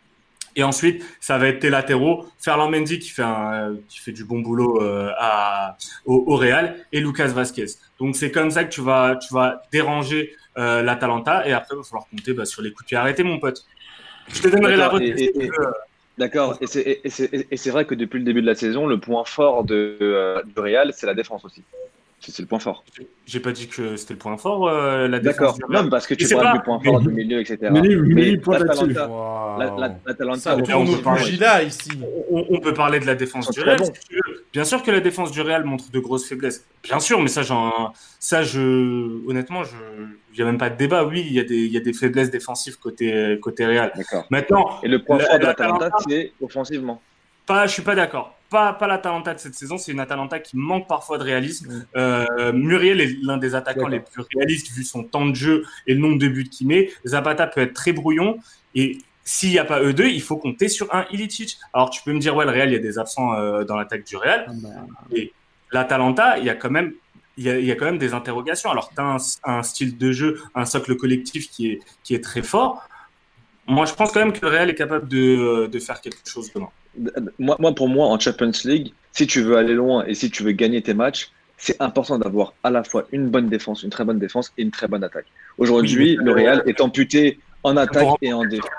Et ensuite, ça va être tes latéraux, Ferland Mendy qui fait, un, qui fait du bon boulot euh, à, au, au Real et Lucas Vazquez. Donc, c'est comme ça que tu vas, tu vas déranger euh, l'Atalanta et après, il va falloir compter bah, sur les coups de pied arrêtés, mon pote. Je te donnerai la recette. Et, et, et, d'accord. Et c'est, et, c'est, et c'est vrai que depuis le début de la saison, le point fort de, euh, du Real, c'est la défense aussi. C'est, c'est le point fort. J'ai pas dit que c'était le point fort, euh, la défense. D'accord. Du Real. Non, parce que tu parles pas... du point fort du milieu, et cetera. Mais, mais, mais l'Atalanta, wow. la, la, l'Atalanta, ça tourne au pugilat ici. On, on peut parler de la défense du Real. Bon. Si tu veux. Bien sûr que la défense du Real montre de grosses faiblesses. Bien sûr, mais ça, j'en, ça, je, honnêtement, je, il y a même pas de débat. Oui, il y a des, il y a des faiblesses défensives côté, côté Real. D'accord. Maintenant. Et le point fort de l'Atalanta, c'est offensivement. Pas, je suis pas d'accord. Pas, pas l'Atalanta de cette saison. C'est une Atalanta qui manque parfois de réalisme. Mmh. Euh, Muriel est l'un des attaquants les plus réalistes vu son temps de jeu et le nombre de buts qu'il met. Zapata peut être très brouillon. Et s'il n'y a pas eux deux, il faut compter sur un Ilicic. Alors, tu peux me dire, ouais, le Real, il y a des absents euh, dans l'attaque du Real. Ah bah... Et l'Atalanta, il y a quand même, il y a, il y a quand même des interrogations. Alors, tu as un, un style de jeu, un socle collectif qui est, qui est très fort. Moi, je pense quand même que le Real est capable de, de faire quelque chose demain. Moi, moi, pour moi, en Champions League, si tu veux aller loin et si tu veux gagner tes matchs, c'est important d'avoir à la fois une bonne défense, une très bonne défense et une très bonne attaque. Aujourd'hui, oui, le Real est amputé en attaque et en défense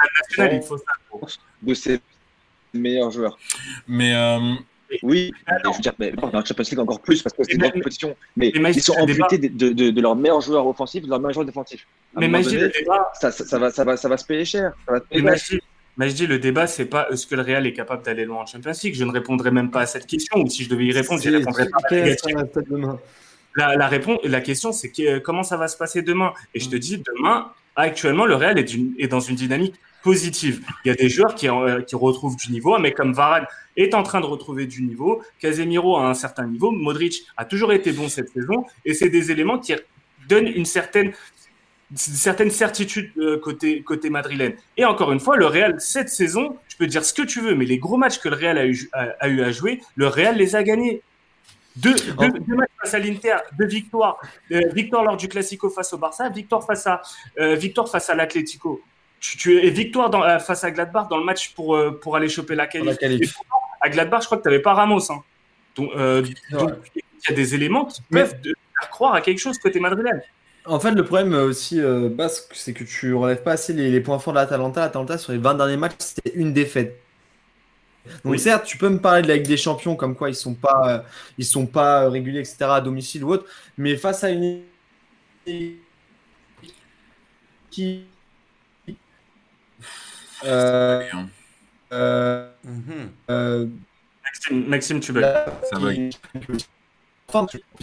de ses meilleurs joueurs. Mais euh... oui, je veux dire, mais dans la Champions League encore plus parce que c'est une grande compétition. Mais, mais ils sont amputés de, de, de, de leurs meilleurs joueurs offensifs, de leurs meilleurs joueurs défensifs. À mais Majdi, le débat, ça, ça, ça, va, ça, va, ça va se payer cher. Ça va se payer cher. Majdi, le débat, c'est pas est-ce que le Real est capable d'aller loin en Champions League. Je ne répondrai même pas à cette question. Ou si je devais y répondre, je répondrais pas à la La, la, réponse, la question, c'est que, comment ça va se passer demain. Et je te dis, demain, actuellement, le Real est, une, est dans une dynamique positive. Il y a des joueurs qui, qui retrouvent du niveau. Un mec comme Varane est en train de retrouver du niveau. Casemiro a un certain niveau. Modric a toujours été bon cette saison. Et c'est des éléments qui donnent une certaine, une certaine certitude côté, côté madrilène. Et encore une fois, le Real, cette saison, tu peux dire ce que tu veux, mais les gros matchs que le Real a eu, a, a eu à jouer, le Real les a gagnés. Deux, oh. deux, deux matchs face à l'Inter, deux victoires. Euh, victoire lors du Classico face au Barça, victoire face à, euh, victoire face à l'Atlético. Tu, tu, et victoire dans, euh, face à Gladbach dans le match pour, euh, pour aller choper la qualif. La qualif. À Gladbach, je crois que tu n'avais pas Ramos. Hein. Donc, euh, donc, il y a des éléments qui Mais... peuvent te faire croire à quelque chose côté madrilène. En fait, le problème aussi, euh, Basque, c'est que tu ne relèves pas assez les, les points forts de l'Atalanta. L'Atalanta, sur les vingt derniers matchs, c'était une défaite. Donc oui. Certes, tu peux me parler de la Ligue des Champions, comme quoi ils sont pas, euh, ils sont pas euh, réguliers, et cetera, à domicile ou autre, mais face à une qui euh, euh, mm-hmm. euh, Maxime, Maxime, tu bug. Ça bug. Enfin,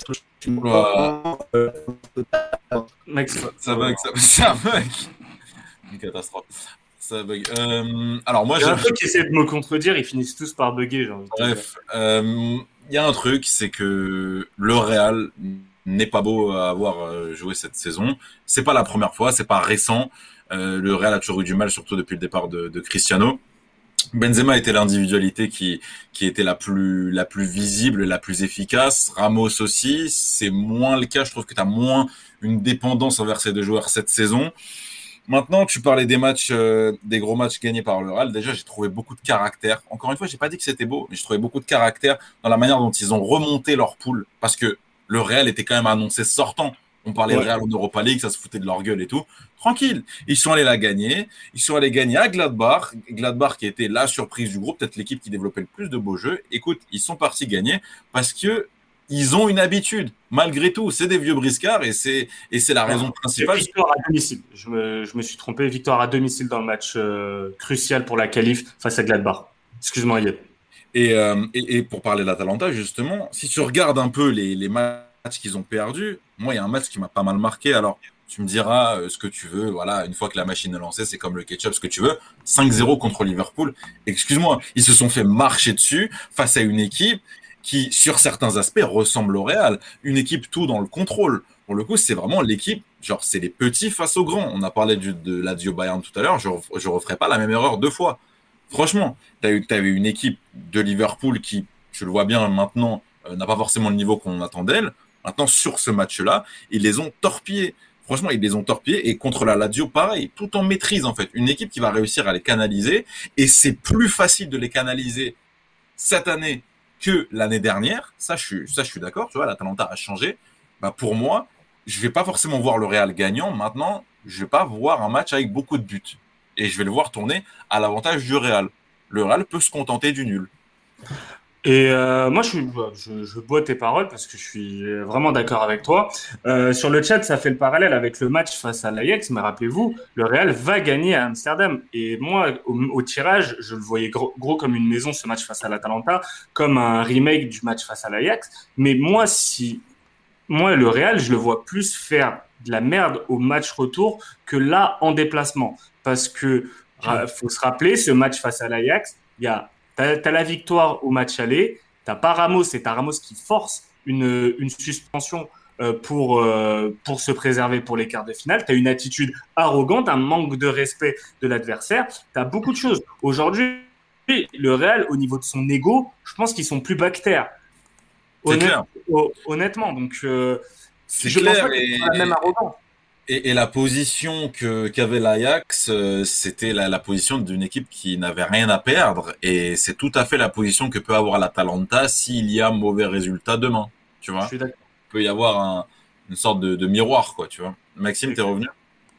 Maxime, ça bug, ça, ça bug. Une catastrophe. Ça bug. Euh, alors moi, il y a un truc qui essaie de me contredire, ils finissent tous par bugger. Genre. Bref, il euh, y a un truc, c'est que le Real n'est pas beau à avoir joué cette saison. C'est pas la première fois, c'est pas récent. Euh, le Real a toujours eu du mal, surtout depuis le départ de, de Cristiano. Benzema était l'individualité qui qui était la plus la plus visible, la plus efficace. Ramos aussi, c'est moins le cas. Je trouve que tu as moins une dépendance envers ces deux joueurs cette saison. Maintenant, tu parlais des matchs, euh, des gros matchs gagnés par le Real. Déjà, j'ai trouvé beaucoup de caractère. Encore une fois, j'ai pas dit que c'était beau, mais j'ai trouvé beaucoup de caractère dans la manière dont ils ont remonté leur poule, parce que le Real était quand même annoncé sortant On parlait Ouais. de Real en Europa League, ça se foutait de leur gueule et tout. Tranquille. Ils sont allés la gagner. Ils sont allés gagner à Gladbach. Gladbach qui était la surprise du groupe, peut-être l'équipe qui développait le plus de beaux jeux. Écoute, ils sont partis gagner parce que ils ont une habitude. Malgré tout, c'est des vieux briscards et c'est, et c'est la raison principale. Victoire à domicile. Je me, je me suis trompé. Victoire à domicile dans le match euh, crucial pour la qualif face à Gladbach. Excuse-moi, Yed. Et, euh, et, et pour parler de l'Atalanta, justement, si tu regardes un peu les, les matchs qu'ils ont perdus, moi, il y a un match qui m'a pas mal marqué. Alors, tu me diras euh, ce que tu veux. Voilà, une fois que la machine est lancée, c'est comme le ketchup, ce que tu veux. cinq zéro contre Liverpool. Excuse-moi, ils se sont fait marcher dessus face à une équipe qui, sur certains aspects, ressemble au Real. Une équipe tout dans le contrôle. Pour le coup, c'est vraiment l'équipe, genre, c'est les petits face aux grands. On a parlé du, de Lazio Bayern tout à l'heure, je ne referai pas la même erreur deux fois. Franchement, tu avais une équipe de Liverpool qui, je le vois bien maintenant, euh, n'a pas forcément le niveau qu'on attend d'elle. Maintenant, sur ce match-là, ils les ont torpillés. Franchement, ils les ont torpillés. Et contre la Lazio, pareil, tout en maîtrise, en fait. Une équipe qui va réussir à les canaliser. Et c'est plus facile de les canaliser cette année que l'année dernière. Ça, je suis, ça, je suis d'accord. Tu vois, l'Atalanta a changé. Bah, pour moi, je vais pas forcément voir le Real gagnant. Maintenant, je vais pas voir un match avec beaucoup de buts. Et je vais le voir tourner à l'avantage du Real. Le Real peut se contenter du nul. Et euh, moi, je, suis, je, je bois tes paroles parce que je suis vraiment d'accord avec toi. Euh, sur le chat, ça fait le parallèle avec le match face à l'Ajax, mais rappelez-vous, le Real va gagner à Amsterdam. Et moi, au, au tirage, je le voyais gros, gros comme une maison, ce match face à l'Atalanta, comme un remake du match face à l'Ajax. Mais moi, si, moi, le Real, je le vois plus faire de la merde au match retour que là, en déplacement. Parce que, il faut se rappeler, ce match face à l'Ajax, il y a T'as, t'as la victoire au match aller, t'as pas Ramos et t'as Ramos qui force une, une suspension euh, pour, euh, pour se préserver pour les quarts de finale. T'as une attitude arrogante, un manque de respect de l'adversaire. T'as beaucoup de choses. Aujourd'hui, le Real, au niveau de son ego, je pense qu'ils sont plus bactères. Honnête, honnêtement, donc euh, c'est je clair, pense pas que c'est la même arrogance. Et, et la position que, qu'avait l'Ajax, euh, c'était la, la position d'une équipe qui n'avait rien à perdre. Et c'est tout à fait la position que peut avoir l'Atalanta s'il y a mauvais résultat demain. Tu vois, il peut y avoir un, une sorte de, de miroir, quoi. Tu vois. Maxime, t'es revenu?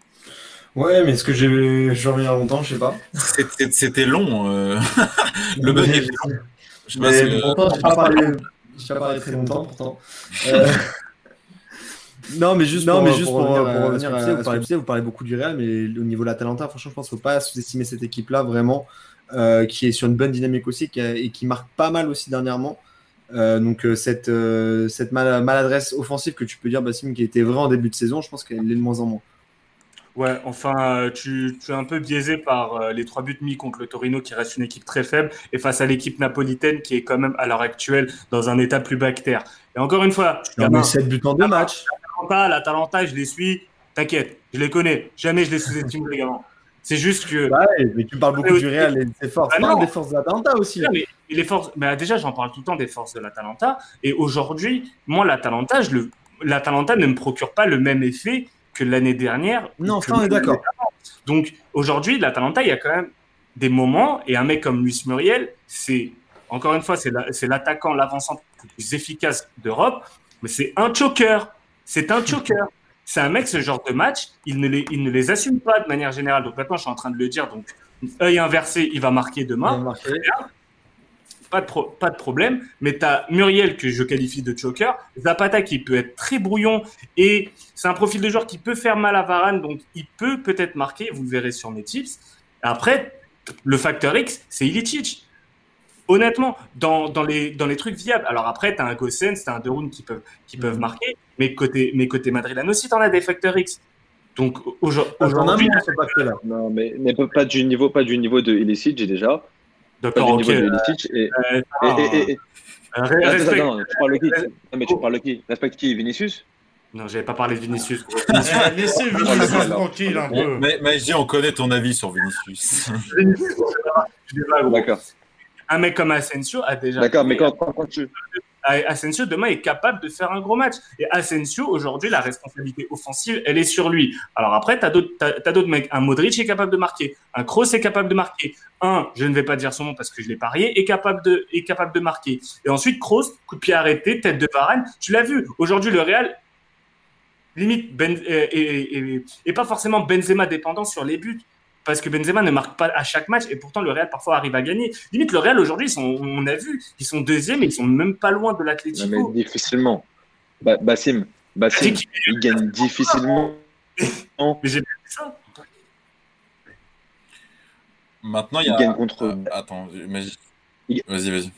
Ouais, mais est-ce que j'ai, je reviens longtemps, je sais pas. C'était, c'était long. Euh... Le bug était long. Je sais pas si, euh... pourtant, j'ai pas parlé, j'ai pas parlé très longtemps, pourtant. Euh... Non, mais juste non, pour, mais juste pour, pour revenir, pour revenir à, à, à vous, parlez, vous parlez beaucoup du Real, mais au niveau de l'Atalanta, franchement, je pense qu'il ne faut pas sous-estimer cette équipe-là, vraiment, euh, qui est sur une bonne dynamique aussi qui a, et qui marque pas mal aussi dernièrement. Euh, donc, euh, cette, euh, cette mal, maladresse offensive que tu peux dire, Bassim, qui était vraie en début de saison, je pense qu'elle l'est de moins en moins. Ouais, enfin, tu, tu es un peu biaisé par euh, les trois buts mis contre le Torino, qui reste une équipe très faible, et face à l'équipe napolitaine, qui est quand même, à l'heure actuelle, dans un état plus bactère. Et encore une fois, non, mais sept buts en deux matchs. L'Atalanta, je les suis, t'inquiète, je les connais. Jamais je les sous-estime, les gamins. C'est juste que. Ouais, mais tu parles beaucoup mais du Real et de ses forces. Ah parle des forces de l'Atalanta aussi. Mais, les forces, mais déjà, j'en parle tout le temps des forces de l'Atalanta. Et aujourd'hui, moi, l'Atalanta, je le, l'Atalanta ne me procure pas le même effet que l'année dernière. Non, ça, on est d'accord. Donc, aujourd'hui, l'Atalanta, il y a quand même des moments. Et un mec comme Luis Muriel, c'est, encore une fois, c'est, la, c'est l'attaquant, l'avancement le plus efficace d'Europe. Mais c'est un choker. C'est un choker. C'est un mec, ce genre de match, il ne, les, il ne les assume pas de manière générale. Donc maintenant, je suis en train de le dire. Donc, œil inversé, il va marquer demain. Marquer. Pas, de pro, pas de problème. Mais tu as Muriel, que je qualifie de choker. Zapata, qui peut être très brouillon. Et c'est un profil de joueur qui peut faire mal à Varane. Donc, il peut peut-être marquer. Vous le verrez sur mes tips. Après, le facteur X, c'est Ilicic. Honnêtement, dans, dans, les, dans les trucs viables. Alors après, tu as un Gossens, tu as un Deroun qui peuvent, qui mmh. peuvent marquer, mais côté, mais côté madrilène aussi, tu en as des facteurs X. Donc aujourd'hui. Non, mais, mais pas, du niveau, pas du niveau de Ilicic déjà. D'accord, pas ok. Du niveau de Ilicic et, euh, et, et, et, et... Euh, respect... Non, non, tu parles de qui Non, mais tu parles de qui Respecte qui Vinicius Non, j'avais pas parlé de Vinicius. Laissez Vinicius tranquille un peu. Mais, mais on connaît ton avis sur Vinicius. D'accord. Un mec comme Asensio a déjà. D'accord, mais quand, quand, quand tu. Asensio, demain, est capable de faire un gros match. Et Asensio, aujourd'hui, la responsabilité offensive, elle est sur lui. Alors après, tu as d'autres, t'as, t'as d'autres mecs. Un Modric est capable de marquer. Un Kroos est capable de marquer. Un, je ne vais pas dire son nom parce que je l'ai parié, est capable de, est capable de marquer. Et ensuite, Kroos, coup de pied arrêté, tête de Varane. Tu l'as vu. Aujourd'hui, le Real. limite ben, et, et, et, et pas forcément Benzema dépendant sur les buts. Parce que Benzema ne marque pas à chaque match et pourtant le Real parfois arrive à gagner. Limite, le Real aujourd'hui, ils sont, on a vu, ils sont deuxième et ils sont même pas loin de l'Atlético. Non, mais difficilement. Ba- Bassim, Bassim, ils gagnent difficilement. Mais j'ai pas dit ça. Maintenant, il y a. Ils gagnent contre. Euh, attends, mais... Il- vas-y, vas-y.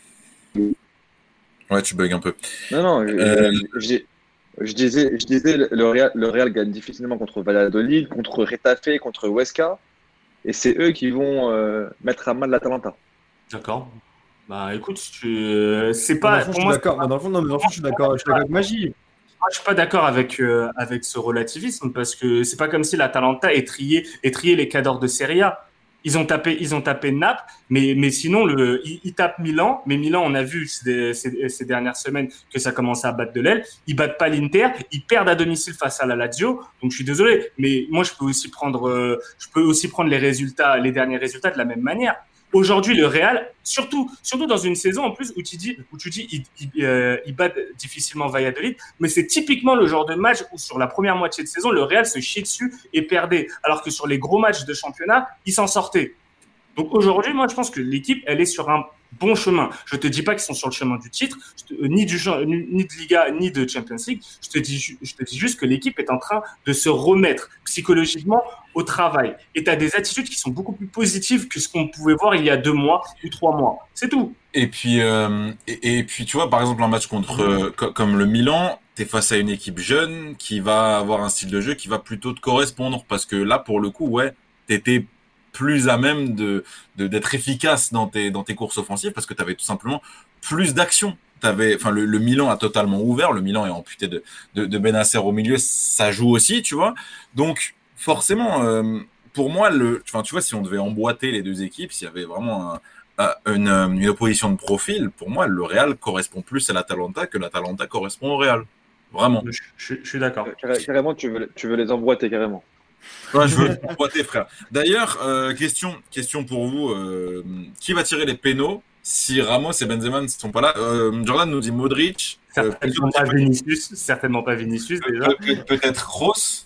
Ouais, tu bugs un peu. Non, non, je, Euh, je- je- je disais, je disais le Real, le Real gagne difficilement contre Valladolid, contre Retafe, contre Huesca. Et c'est eux qui vont euh, mettre à mal l'Atalanta. D'accord. Bah écoute, tu... c'est Dans pas. le fond, je Pour suis moi, d'accord. c'est pas- Dans le fond, non, mais dans le fond, je suis d'accord. Je suis d'accord avec Magie. moi, je suis pas d'accord avec euh, avec ce relativisme parce que c'est pas comme si l'Atalanta ait trié ait trié les cadors de Serie A. Ils ont tapé ils ont tapé Naples, mais mais sinon le ils, ils tapent Milan, mais Milan on a vu ces, ces, ces dernières semaines que ça commençait à battre de l'aile. Ils battent pas l'Inter, ils perdent à domicile face à la Lazio. Donc je suis désolé, mais moi je peux aussi prendre euh, je peux aussi prendre les résultats les derniers résultats de la même manière. Aujourd'hui, le Real, surtout, surtout dans une saison en plus où tu dis, où tu dis, il, il, euh, il bat difficilement Valladolid, mais c'est typiquement le genre de match où sur la première moitié de saison, le Real se chiait dessus et perdait, alors que sur les gros matchs de championnat, il s'en sortait. Donc aujourd'hui, moi, je pense que l'équipe, elle est sur un bon chemin. Je te dis pas qu'ils sont sur le chemin du titre, je te- ni du ni, ni de Liga, ni de Champions League. Je te dis, ju- je te dis juste que l'équipe est en train de se remettre psychologiquement au travail. Et tu as des attitudes qui sont beaucoup plus positives que ce qu'on pouvait voir il y a deux mois ou trois mois. C'est tout. Et puis, euh, et, et puis, tu vois, par exemple, un match contre euh, co- comme le Milan, t'es face à une équipe jeune qui va avoir un style de jeu qui va plutôt te correspondre parce que là, pour le coup, ouais, t'étais plus à même de, de d'être efficace dans tes dans tes courses offensives parce que t'avais tout simplement plus d'action. T'avais, enfin, le, le Milan a totalement ouvert. Le Milan est amputé de de, de Benacer au milieu, ça joue aussi, tu vois. Donc, forcément, euh, pour moi, le, enfin, tu vois, si on devait emboîter les deux équipes, s'il y avait vraiment un euh, une, euh, une opposition de profil, pour moi, le Real correspond plus à l'Atalanta que l'Atalanta correspond au Real. Vraiment. Je, je, je suis d'accord. Carré- Carrément, tu veux, tu veux les emboîter carrément. Ouais, je veux emboîter, frère. D'ailleurs, euh, question, question pour vous. Euh, qui va tirer les pénaux si Ramos et Benzema ne sont pas là? euh, Jordan nous dit Modric. euh, Certainement pas Vinicius. Certainement pas Vinicius déjà. peut- peut- Peut-être Kroos.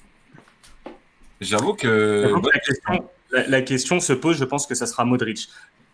J'avoue que Donc, ouais, la, question, la, la question se pose, je pense que ça sera Modric.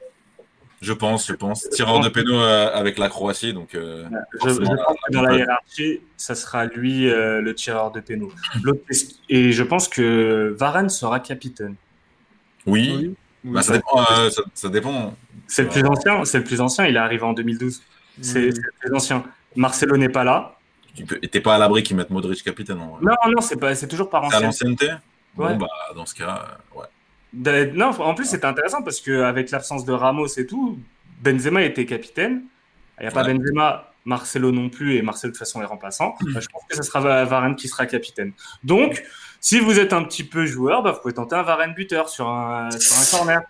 je pense, je pense. Tireur de pénaux euh, avec la Croatie, donc. Euh, Je, je forcément, pense que dans la la- hiérarchie, ça sera lui euh, le tireur de pénaux. L'autre question- Et je pense que Varane sera capitaine. Oui. Oui. Bah, ça dépend. euh, ça, ça dépend. C'est le plus ancien. C'est le plus ancien. Il est arrivé en deux mille douze. C'est Oui. c'est le plus ancien. Marcelo n'est pas là. Tu peux... et t'es pas à l'abri qu'ils mettent Modric capitaine. En vrai. Non, non, c'est pas. C'est toujours par C'est à ancien. l'ancienneté. Ouais. Bon bah dans ce cas, euh, ouais. De- Non, en plus, c'était intéressant parce qu'avec l'absence de Ramos et tout, Benzema était capitaine. Il n'y a pas Ouais. Benzema, Marcelo non plus, et Marcelo de toute façon est remplaçant. Bah, je pense que ce sera Va- Varane qui sera capitaine. Donc, si vous êtes un petit peu joueur, bah, vous pouvez tenter un Varane buteur sur un, sur un corner.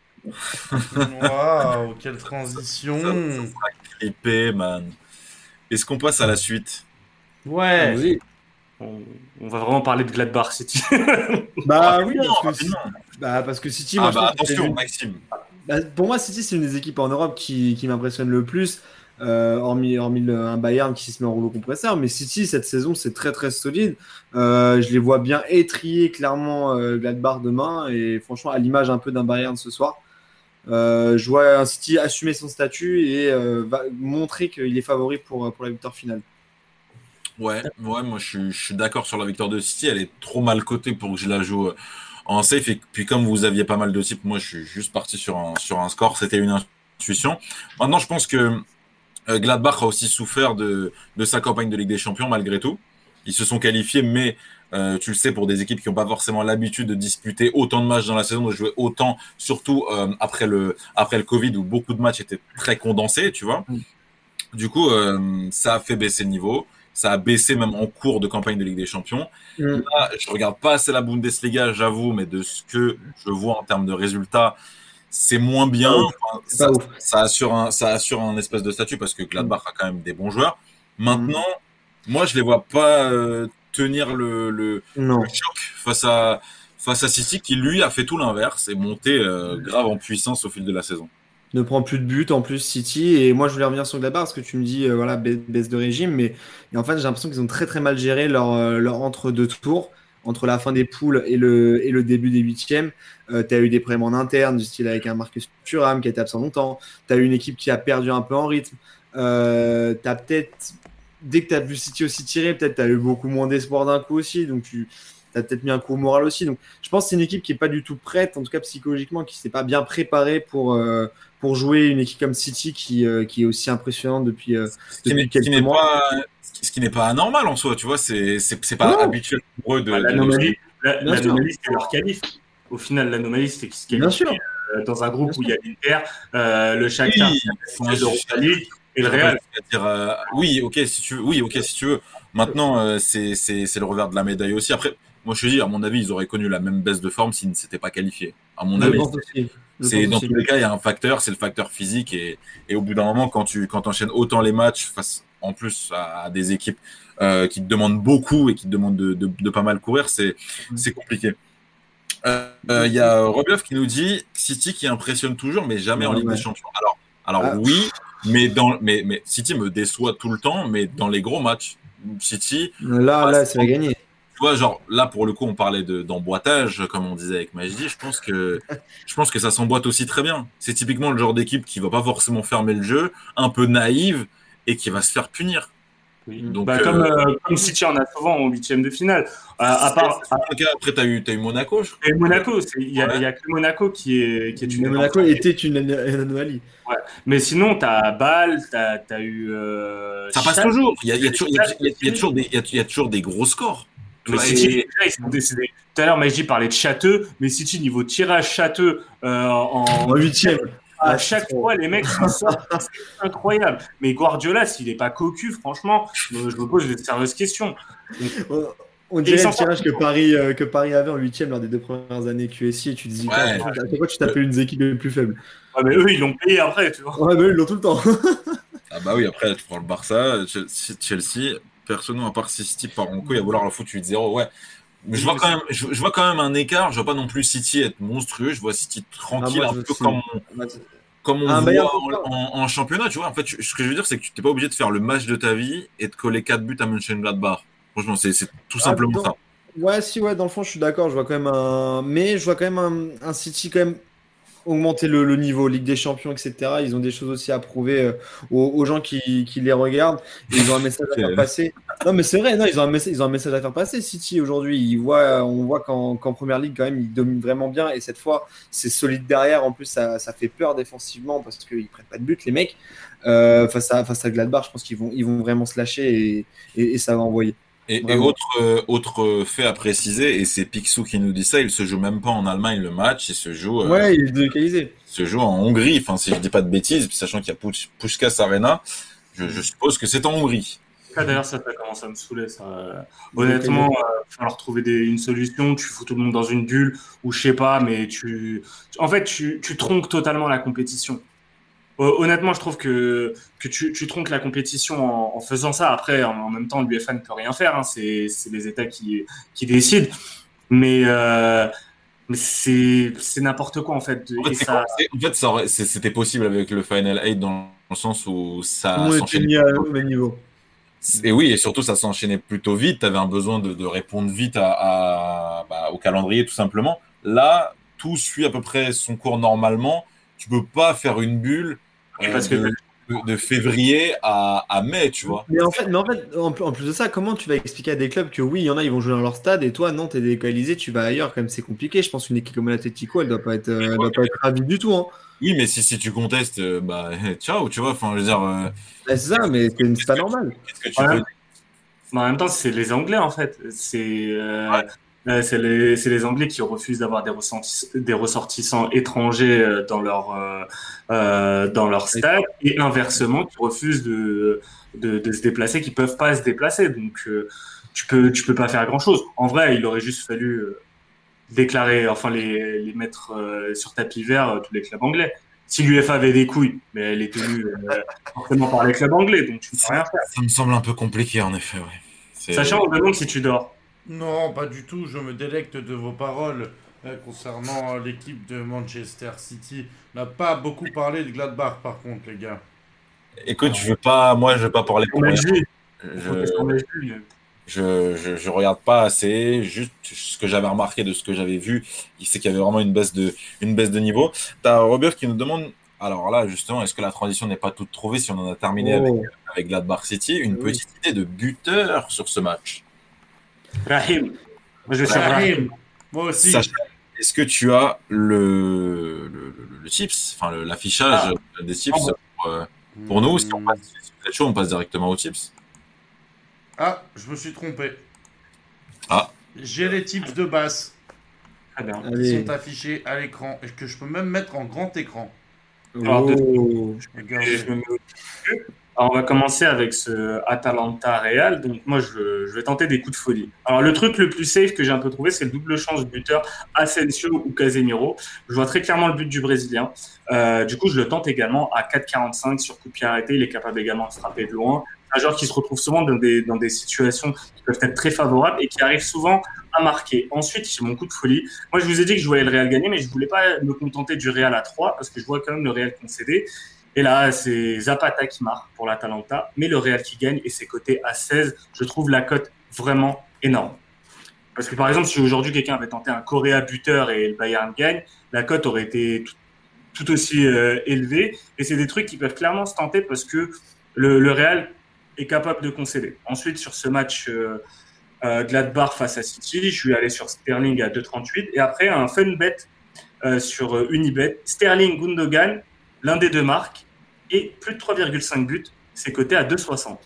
Waouh, quelle transition. Épée, man. Est-ce qu'on passe à la suite? Ouais. Oui. On, on va vraiment parler de Gladbach City. Bah oui, Rapidement, parce que, rapidement. bah, parce que City, moi, Ah je bah pense que c'est attention, l'une- Maxime. Bah, pour moi, City, c'est une des équipes en Europe qui, qui m'impressionne le plus, euh, hormis, hormis le- un Bayern qui se met en rouleau compresseur. Mais City, cette saison, c'est très très solide. Euh, je les vois bien étrier clairement euh, Gladbach demain. Et franchement, à l'image un peu d'un Bayern ce soir, euh, je vois un City assumer son statut et euh, va montrer qu'il est favori pour, pour la victoire finale. Ouais, ouais, moi je suis, je suis d'accord sur la victoire de City. Elle est trop mal cotée pour que je la joue euh, en safe. Et puis comme vous aviez pas mal de types, moi je suis juste parti sur un, sur un score. C'était une intuition. Maintenant, je pense que euh, Gladbach a aussi souffert de, de sa campagne de Ligue des Champions malgré tout. Ils se sont qualifiés, mais euh, tu le sais, pour des équipes qui n'ont pas forcément l'habitude de disputer autant de matchs dans la saison, de jouer autant, surtout euh, après, le, après le Covid où beaucoup de matchs étaient très condensés, tu vois. Du coup, euh, ça a fait baisser le niveau. Ça a baissé même en cours de campagne de Ligue des Champions. Mm. Là, je regarde pas assez la Bundesliga, j'avoue, mais de ce que je vois en termes de résultats, c'est moins bien. Pas ouf. Enfin, C'est ça, pas ouf. ça assure un, ça assure un espèce de statut parce que Gladbach a quand même des bons joueurs. Maintenant, moi, je les vois pas euh, tenir le, le, Non. le choc face à, face à City qui, lui, a fait tout l'inverse et monté euh, grave en puissance au fil de la saison. ne prend plus de buts en plus City. Et moi, je voulais revenir sur Gladbach parce que tu me dis, euh, voilà, ba- baisse de régime. Mais et en fait, j'ai l'impression qu'ils ont très très mal géré leur, euh, leur entre-deux tours, entre la fin des poules et le, et le début des huitièmes. Euh, tu as eu des problèmes en interne, du style avec un Marcus Thuram qui a été absent longtemps. Tu as eu une équipe qui a perdu un peu en rythme. Euh, tu as peut-être, dès que tu as vu City aussi tirer, peut-être tu as eu beaucoup moins d'espoir d'un coup aussi. Donc tu as peut-être mis un coup au moral aussi. Donc je pense que c'est une équipe qui n'est pas du tout prête, en tout cas psychologiquement, qui ne s'est pas bien préparée pour, euh, pour jouer une équipe comme City qui, euh, qui est aussi impressionnante depuis, euh, Ce qui n'est, depuis ce qui quelques n'est mois. pas, ce qui n'est pas anormal en soi, tu vois, c'est, c'est, c'est pas Non. habituel pour eux de. Bah, de- l'anomalie, la- Bien sûr. l'anomalie, c'est leur qualif. Au final, l'anomalie, c'est qu'ils se Bien qualifient sûr. euh, dans un groupe Bien où il y a l'Inter, euh, le Shakhtar, Oui, c'est enfin, je- l'Europa League et le je- Real. c'est-à-dire, euh, oui, ok, si tu veux. Oui, ok, si tu veux. Maintenant, euh, c'est, c'est, c'est le revers de la médaille aussi. Après, moi, je te dis, à mon avis, ils auraient connu la même baisse de forme s'ils ne s'étaient pas qualifiés. À mon Je avis, pense aussi. Je c'est pense dans aussi. tous les cas, il y a un facteur, c'est le facteur physique. Et, et au bout d'un moment, quand tu quand enchaînes autant les matchs face en plus à, à des équipes euh, qui te demandent beaucoup et qui te demandent de, de, de pas mal courir, c'est, c'est compliqué. Il euh, euh, y a Roblev qui nous dit City qui impressionne toujours, mais jamais Ouais, en Ligue ouais. des Champions. Alors, alors Ah. oui, mais, dans, mais, mais City me déçoit tout le temps, mais dans les gros matchs, City, Là, ah, là, c'est- c'est gagné. tu vois, genre là pour le coup, on parlait de, d'emboîtage, comme on disait avec Majdi. Je pense que je pense que ça s'emboîte aussi très bien. C'est typiquement le genre d'équipe qui va pas forcément fermer le jeu, un peu naïve et qui va se faire punir. Oui. Donc, Bah, euh, comme, euh, comme City en a souvent en huitième de finale. À, à part c'est- c'est- c'est- après, t'as eu, t'as eu Monaco, je crois. et Monaco, c'est- il y, a- Ouais. il y a que Monaco qui est, qui est une Mais Monaco énorme- était une, une anomalie. Mais sinon, tu as Bâle, tu as eu. euh, Ça passe Schalke. toujours. Il y a, il y a toujours, il y a- il y a- il y a toujours des, il y a- il y a toujours des gros scores. Mais Ouais, City, et- déjà, ils sont décédés. Tout à l'heure, Majdi parlait de Châteux, mais City, niveau tirage Châteux euh, en, En huitième. à Ah, chaque c'est trop. fois, les mecs s'en sortent. C'est incroyable. Mais Guardiola, s'il n'est pas cocu, franchement, je me, je me pose de sérieuses questions. On- On Et dirait ils le s'en tirage que Paris, euh, que Paris avait en huitième lors des deux premières années Q S I et tu te dis, Ouais. putain, à chaque fois tu tapais une des équipes les plus faibles. Ah, mais eux, ils l'ont payé après, tu vois. Ouais, mais eux, ils l'ont tout le temps. Ah bah oui, après, tu prends le Barça, Chelsea, Chelsea personne, à part si City part en couille à vouloir leur foutre huit zéro, ouais. Mais je vois quand même, je, je vois quand même un écart. Je vois pas non plus City être monstrueux. Je vois City tranquille, Ah, moi, un je peu sais. comme on, comme on Un voit Bayern en, en- en championnat. Tu vois, en fait, je- ce que je veux dire, c'est que tu t'es pas obligé de faire le match de ta vie et de coller quatre buts à Mönchengladbach. Franchement, c'est c'est tout simplement Ah, ça. Ouais, si, ouais, dans le fond, je suis d'accord. Je vois quand même un. Mais je vois quand même un, un City quand même augmenter le, le niveau, Ligue des Champions, et cetera. Ils ont des choses aussi à prouver euh, aux, aux gens qui, qui les regardent. Et ils ont un message à faire passer. Non, mais c'est vrai, non, ils ont un message, ils ont un message à faire passer. City aujourd'hui, ils voient, on voit qu'en qu'en première ligue, quand même, ils dominent vraiment bien. Et cette fois, c'est solide derrière. En plus, ça, ça fait peur défensivement parce qu'ils prennent pas de but, les mecs. Euh, face, à, face à Gladbach, je pense qu'ils vont, ils vont vraiment se lâcher et, et, et ça va envoyer. Et, et Vraiment. autre, euh, autre fait à préciser, et c'est Picsou qui nous dit ça, il se joue même pas en Allemagne le match, il se joue, euh, Ouais, il est délocalisé. il se joue en Hongrie, enfin si je dis pas de bêtises, puis sachant qu'il y a Push- Puskás Arena, je, je suppose que c'est en Hongrie. Ah, d'ailleurs, ça, ça commence à me saouler. Ça. Euh, Honnêtement, il va falloir trouver des, une solution. Tu fous tout le monde dans une bulle ou je sais pas, mais tu. En fait, tu, tu tronques totalement la compétition. Honnêtement, je trouve que, que tu, tu tronques la compétition en, en faisant ça. Après, en, en même temps, l'UEFA ne peut rien faire. Hein. C'est, c'est les États qui, qui décident. Mais, euh, mais c'est, c'est n'importe quoi, en fait. En fait, Et c'est ça, quoi C'est- en fait, ça aurait- c'est- c'était possible avec le Final eight dans le sens où ça Tout le monde était s'enchaînait. mis à- au même niveau. Et oui, et surtout, ça s'enchaînait plutôt vite. Tu avais un besoin de, de répondre vite à, à- bah, au calendrier, tout simplement. Là, tout suit à peu près son cours normalement. Tu peux pas faire une bulle Oui, euh, parce que- de, de- de février à, à mai, tu vois. Mais en fait, mais en, fait en, en plus de ça, comment tu vas expliquer à des clubs que oui, il y en a, ils vont jouer dans leur stade et toi, non, t'es délocalisé, tu vas ailleurs, quand même, c'est compliqué. Je pense qu'une équipe comme l'Atlético, elle doit pas être, euh, elle doit pas être ravie du tout. Hein. Oui, mais si, si tu contestes, euh, bah, ciao, tu vois. Enfin, je veux dire, euh, Ouais, c'est ça, mais c'est c'est pas normal. qu'est-ce que tu Ouais. veux Mais en même temps, c'est les Anglais, en fait. C'est euh, Ouais. euh, c'est les, c'est les Anglais qui refusent d'avoir des, ressentis- des ressortissants étrangers euh, dans leur, euh, euh, dans leur stade et inversement, qui refusent de, de, de se déplacer, qui peuvent pas se déplacer. Donc, euh, tu peux, tu peux pas faire grand-chose. En vrai, il aurait juste fallu euh, déclarer, enfin, les, les mettre euh, sur tapis vert, euh, tous les clubs anglais. Si l'UEFA avait des couilles, mais elle est tenue euh, forcément par les clubs anglais, donc tu ne peux rien faire. Ça me semble un peu compliqué, en effet, ouais. C'est- Sachant, on me demande si tu dors. Non, pas du tout, je me délecte de vos paroles. Euh, concernant euh, l'équipe de Manchester City, on n'a pas beaucoup parlé de Gladbach par contre, les gars. Écoute, je veux pas, moi, je veux pas parler pour On a rien. vu. Je, On a vu. je, je, je regarde pas assez. Juste ce que j'avais remarqué de ce que j'avais vu, c'est qu'il y avait vraiment une baisse de, une baisse de niveau. T'as Robert qui nous demande, alors là, justement, est-ce que la transition n'est pas toute trouvée si on en a terminé avec, Oh. avec Gladbach City? Une Oui. petite idée de buteur sur ce match. Rahim. Moi, je sais Rahim. Rahim, moi aussi. Sacha, est-ce que tu as le, le, le, le chips, enfin le- l'affichage des tips Ah bon. pour, euh, pour nous? Si on Hmm. passe, si vous êtes chaud, on passe directement aux tips. Ah, je me suis trompé. Ah. J'ai les tips de base Très bien. qui Allez. sont affichés à l'écran et que je peux même mettre en grand écran. Alors, de- Oh. Et Regardez. je me mets au milieu. Alors, on va commencer avec ce Atalanta Real. Donc, moi, je, je vais tenter des coups de folie. Alors, le truc le plus safe que j'ai un peu trouvé, c'est le double chance buteur Asensio ou Casemiro. Je vois très clairement le but du Brésilien. Euh, du coup, je le tente également à quatre virgule quarante-cinq sur coup de pied arrêté. Il est capable également de frapper de loin. Un joueur qui se retrouve souvent dans des, dans des situations qui peuvent être très favorables et qui arrive souvent à marquer. Ensuite, j'ai mon coup de folie. Moi, je vous ai dit que je voyais le Real gagner, mais je voulais pas me contenter du Real à trois parce que je vois quand même le Real concéder. Et là, c'est Zapata qui marque pour l'Atalanta, mais le Real qui gagne et c'est coté à seize. Je trouve la cote vraiment énorme. Parce que par exemple, si aujourd'hui quelqu'un avait tenté un Correa buteur et le Bayern gagne, la cote aurait été tout, tout aussi euh, élevée. Et c'est des trucs qui peuvent clairement se tenter parce que le, le Real est capable de concéder. Ensuite, sur ce match euh, euh, Gladbach face à City, je suis allé sur Sterling à deux virgule trente-huit. Et après, un fun bet euh, sur euh, Unibet, Sterling Gundogan, l'un des deux marques, et plus de trois virgule cinq buts, c'est coté à deux virgule soixante.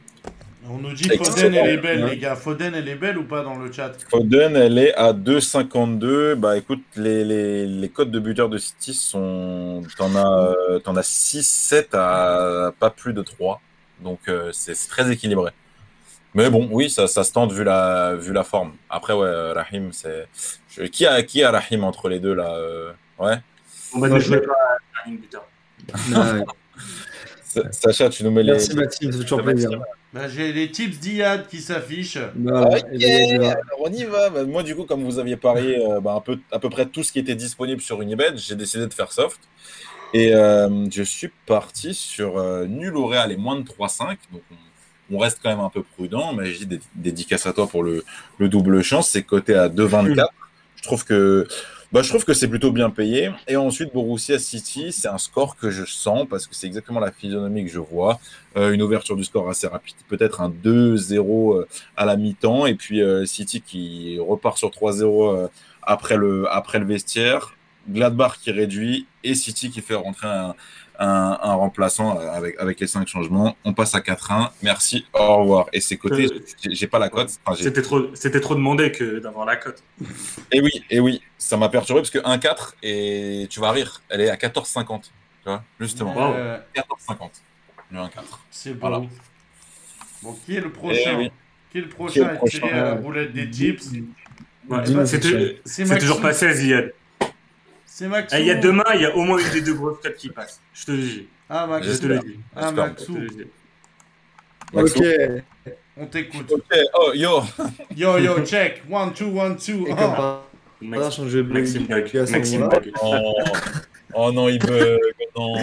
On nous dit Excellent. Foden, elle est belle, Ouais. les gars. Foden, elle est belle ou pas dans le chat? Foden, elle est à deux virgule cinquante-deux. Bah écoute, les, les, les codes de buteurs de City sont. T'en as, euh, t'en as six sept à pas plus de trois. Donc euh, c'est c'est très équilibré. Mais bon, oui, ça, ça se tente vu la, vu la forme. Après, ouais, euh, Rahim, c'est. je- Qui a, qui a Rahim entre les deux là euh, Ouais. On va Moi, ne jouer je- pas à Sterling buteur. Ouais. Sa- Sacha, tu nous mets les. Merci Maxime, ça fait toujours de Maxime. plaisir. Bah, j'ai les tips d'Iyad qui s'affichent. Voilà. Ok, Et ben, on y va. alors on y va. Bah, moi, du coup, comme vous aviez parié euh, bah, un peu, à peu près tout ce qui était disponible sur Unibet, j'ai décidé de faire soft. Et euh, je suis parti sur euh, nul au Real et moins de trois virgule cinq. Donc, on, on reste quand même un peu prudent. Mais je dis dé- dédicace à toi pour le, le double chance. C'est coté à deux virgule vingt-quatre. Je trouve que. Bah, je trouve que c'est plutôt bien payé. Et ensuite, Borussia City, c'est un score que je sens parce que c'est exactement la physionomie que je vois. Euh, une ouverture du score assez rapide, peut-être un deux zéro euh, à la mi-temps. Et puis euh, City qui repart sur trois zéro euh, après, le, après le vestiaire. Gladbach qui réduit et City qui fait rentrer un, un, un remplaçant avec, avec les cinq changements. On passe à quatre un. Merci, au revoir. Et c'est coté, Euh, j'ai, j'ai pas la cote. Enfin, j'ai- C'était trop, c'était trop demandé que d'avoir la cote. Et oui, et oui, ça m'a perturbé parce que un quatre, et tu vas rire, elle est à quatorze cinquante. Tu vois, justement. Wow. Euh, quatorze cinquante. Le un quatre. c'est beau. Voilà. Bon, qui est le prochain? Eh oui. Qui est le Qui est prochain le à tirer prochain à la roulette des tips? Ouais, Dis-moi, c'est, c'est C'est c'est toujours Maxou. pas seize, Yad. C'est Maxou. Eh, Il y a demain, il y a au moins une des deux grosses cotes qui passent. Je te le dis. Ah, Je te Maxou. le dis. Ah, J'espère. Je Maxou. te le dis. Maxou. Ok. On t'écoute. Ok, oh yo. Yo, yo, check. One, two, one, two. Et Ah. comme par Max- hasard, changer de Maxime blague. Bug. Puis à ce Maxime moment-là- Bug. Oh, oh non, il bug. Non.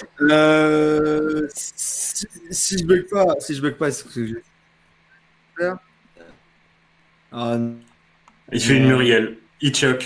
Euh, si, si je bug pas, si je bug pas, c'est ce que je vais faire. Ah, non. Il fait une Muriel. Il choque.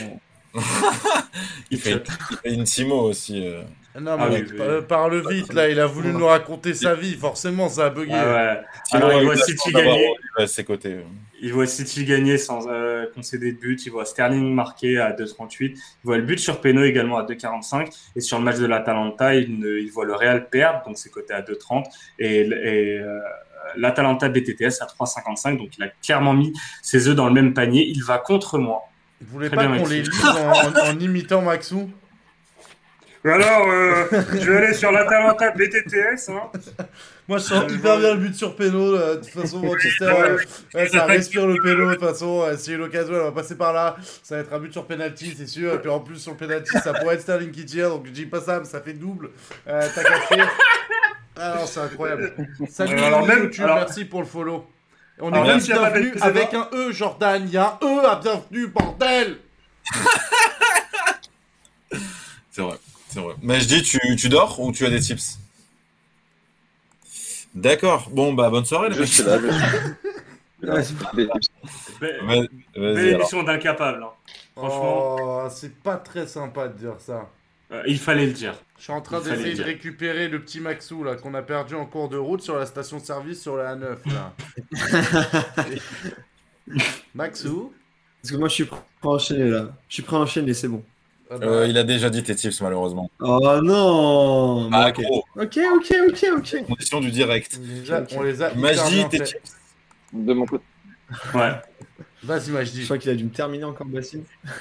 Il fait, il fait une Timo aussi. euh. Non, Ah mais oui, oui. pa- parle vite, là. Il a voulu nous raconter sa vie. Forcément, ça a bugué. Ah ouais. Timo, Alors, il il voit a City chance d'avoir gagner. Oliver à ses côtés. Il voit City gagner sans euh, concéder de but. Il voit Sterling marquer à deux virgule trente-huit. Il voit le but sur Peno également à deux virgule quarante-cinq. Et sur le match de l'Atalanta, il, ne- il voit le Real perdre, donc c'est coté à deux virgule trente. Et, et euh, l'Atalanta B T T S à trois virgule cinquante-cinq. Donc il a clairement mis ses œufs dans le même panier. Il va contre moi. Vous voulez Très pas bien, qu'on Maxime. les lise en, en- en imitant Maxou? Alors, euh, je vais aller sur l'Atalanta B T T S. Hein. Moi, je sens hyper bien le but sur Péno. là. De toute façon, Manchester, euh, ouais, ça respire le Péno. De toute façon, euh, si l'occasion, elle va passer par là. Ça va être un but sur penalty, c'est sûr. Et puis en plus, sur le penalty, ça pourrait être Sterling qui tire. Donc je dis pas ça, mais ça fait double. Euh, T'as capté. Ah non, c'est incroyable. Salut, Alors, même- YouTube, alors- merci pour le follow. Et on Alors, est même même s'il y a pas de bienvenu précédent. avec un E, Jordan. Il y a un E à bienvenue, bordel. C'est vrai, c'est vrai. Mais je dis, tu, tu dors ou tu as des tips? D'accord. Bon, bah, bonne soirée, les Je mecs. suis là. Je suis là. Des tips. Be- Vas- Belle Vas-y, alors. émission d'incapable. Hein. Franchement, Oh, c'est pas très sympa de dire ça. euh, il fallait le dire. Je suis en train Il fallait d'essayer de dire. récupérer le petit Maxou là qu'on a perdu en cours de route sur la station-service sur la A neuf là. Maxou. Parce que moi, je suis prêt à enchaîner là. Je suis prêt à enchaîner, c'est bon. Ah bah, Euh, il a déjà dit tes tips, malheureusement. Oh non. Ah, Bon, ok. gros. Ok, ok, ok, ok. Condition du direct. on les a, Ok, ok. on les a hyper Majdi, bien tes fait. tips. De mon côté. Ouais. Vas-y Je Majdi. crois qu'il a dû me terminer encore, Bassim.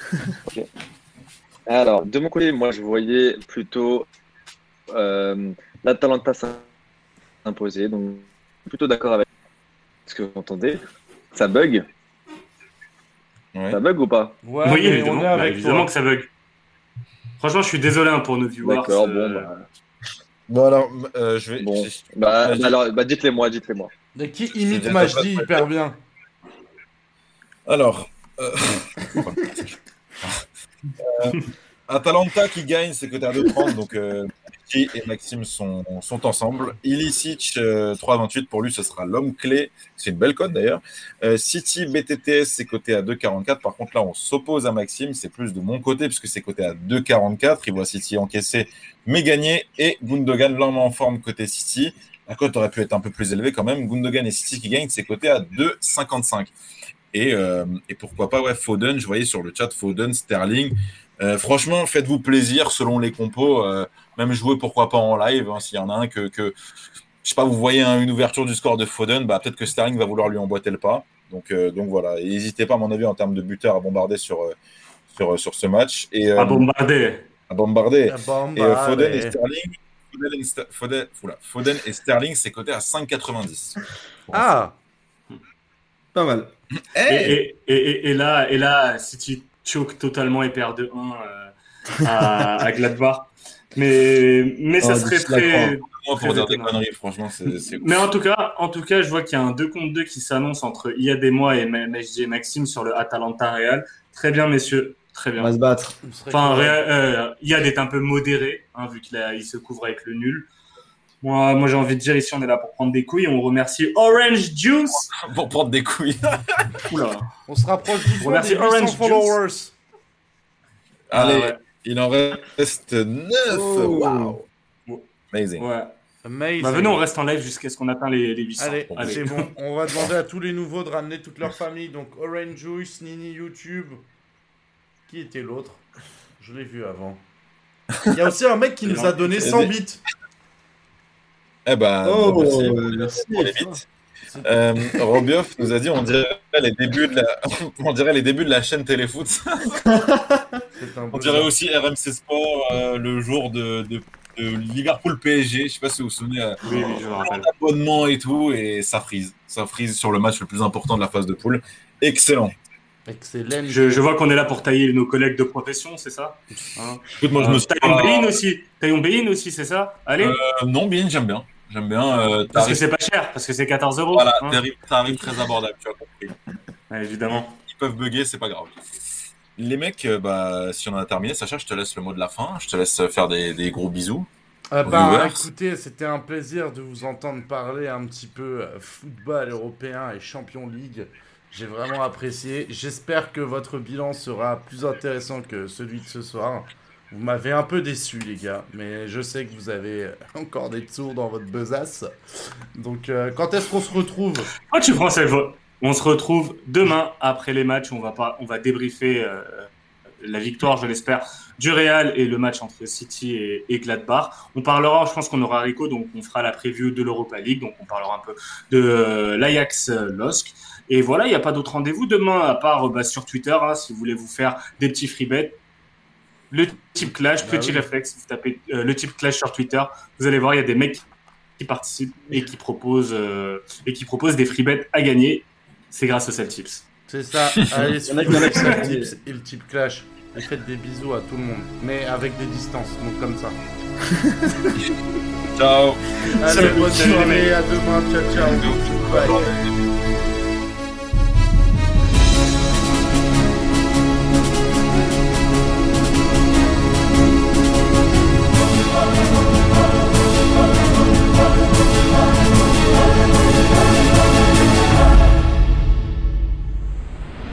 Alors, de mon côté, moi, je voyais plutôt euh, l'Atalanta s'imposer. Donc, plutôt d'accord avec ce que vous entendez. Ça bug Ouais. Ça bug ou pas? Ouais, oui, mais évidemment, on est bah, avec évidemment toi. que ça bug. Franchement, je suis désolé hein, pour nos viewers. D'accord, euh, bon. Bah, Bon, alors, euh, je vais. bon. je- Bah, Vas-y. bah, alors, bah, dites-les moi, dites-les moi. Mais qui C'est imite déjà Majdi top. hyper bien. Alors. euh, euh, Atalanta qui gagne, c'est côté à deux trente, donc euh, Petit et Maxime sont, sont ensemble. Ilicic, euh, trois vingt-huit, pour lui, ce sera l'homme clé. C'est une belle cote d'ailleurs. Euh, City, B T T S, c'est coté à deux quarante-quatre. Par contre, là, on s'oppose à Maxime. C'est plus de mon côté, puisque c'est coté à deux quarante-quatre. Il voit City encaisser, mais gagner. Et Gundogan, l'homme en forme côté City. La cote aurait pu être un peu plus élevée quand même. Gundogan et City qui gagnent, c'est coté à deux cinquante-cinq. Et, euh, et pourquoi pas, ouais, Foden, je voyais sur le chat, Foden, Sterling. Euh, franchement, faites-vous plaisir selon les compos. Euh, même jouer, pourquoi pas en live. Hein, s'il y en a un que, que je sais pas, vous voyez hein, une ouverture du score de Foden, bah, peut-être que Sterling va vouloir lui emboîter le pas. Donc, euh, donc voilà. Et n'hésitez pas, à mon avis, en termes de buteurs, à bombarder sur, euh, sur, sur ce match. Et, euh, À bombarder. à bombarder. Ah, bon, Et euh, bah, Foden allez. et Sterling. Foden et, Ster- Foden, oula, Foden et Sterling, c'est coté à cinq quatre-vingt-dix. Ah, Pas mal. Et, et, et, et, et là, et là, City choke totalement et perd de un euh, à, à Gladbach. Mais, mais ça Oh, serait je la très. Moi, pour Très dire des étonnant. conneries, franchement, c'est c'est ouf. Mais en tout cas, en tout cas, je vois qu'il y a un deux contre deux qui s'annonce entre Iyad et moi et M S G et Maxime sur le Atalanta Real. Très bien, messieurs. Très On bien. va se battre. on serait Enfin, correct. Real, euh, Iyad est un peu modéré, hein, vu qu'il a- il se couvre avec le nul. Moi, moi j'ai envie de dire ici, on est là pour prendre des couilles. On remercie Orange Juice. Pour prendre des couilles. Oula. On se rapproche du fond Remercie des huit cents Orange Juice. followers. Allez, Ah, ouais. il en reste neuf. Oh. Waouh. Amazing. Ouais. Amazing. Bah, venez, on reste en live jusqu'à ce qu'on atteint les, les huit cents. Allez, Bon, c'est bon. On va demander à tous les nouveaux de ramener toute leur famille. Donc Orange Juice, Nini YouTube. Qui était l'autre? Je l'ai vu avant. Il y a aussi un mec qui nous a donné cent bits. Eh ben, Oh, bon, merci, euh, merci merci. pour les bits. Euh, Robioff nous a dit on dirait les débuts de la, on dirait les débuts de la chaîne Téléfoot. C'est un On beau dirait jeu. aussi R M C Sport euh, le jour de, de, de Liverpool P S G. Je sais pas si vous vous souvenez. Euh, Oui, oui, je me rappelle. abonnement et tout et ça frise, ça frise sur le match le plus important de la phase de poule. Excellent. Excellent. Je, je vois qu'on est là pour tailler nos collègues de profession, c'est ça hein Écoute, moi je me suis Taillon pas- Bein aussi. Taillon Bein aussi, c'est ça Allez. Euh, non, bien, j'aime bien, j'aime bien. Euh, parce que tarif- c'est pas cher, parce que c'est quatorze euros. voilà, hein. tarif, tarif très abordable, tu as compris. Ouais, évidemment. Ils peuvent bugger, c'est pas grave. Les mecs, euh, bah, si on en a terminé, Sacha, je te laisse le mot de la fin. Je te laisse faire des, des gros bisous. Ah bah, Viewers. écoutez, c'était un plaisir de vous entendre parler un petit peu euh, football européen et Champions League. J'ai vraiment apprécié. J'espère que votre bilan sera plus intéressant que celui de ce soir. Vous m'avez un peu déçu, les gars, mais je sais que vous avez encore des tours dans votre besace. Donc, euh, quand est-ce qu'on se retrouve? Oh, tu prends cette voix. On se retrouve demain après les matchs. On va, pas, on va débriefer euh, la victoire, je l'espère, du Real et le match entre City et, et Gladbach. On parlera, je pense qu'on aura Rico, donc on fera la preview de l'Europa League. Donc on parlera un peu de euh, l'Ajax euh, Losk. Et voilà, il n'y a pas d'autre rendez-vous demain, à part euh, bah, sur Twitter, hein, si vous voulez vous faire des petits free bets. Le type clash, Bah petit oui. réflexe, vous tapez euh, le type clash sur Twitter, vous allez voir, il y a des mecs qui participent et qui proposent, euh, et qui proposent des free bets à gagner. C'est grâce au Celtips. C'est ça. Allez, Il y en a suivez qui le ont Type accepté. Tips et le Type Clash. Et faites des bisous à tout le monde. Mais avec des distances, donc comme ça. Ciao. Allez, Salut, bonne salut les soirée, mecs. à demain. Ciao, ciao. Bye.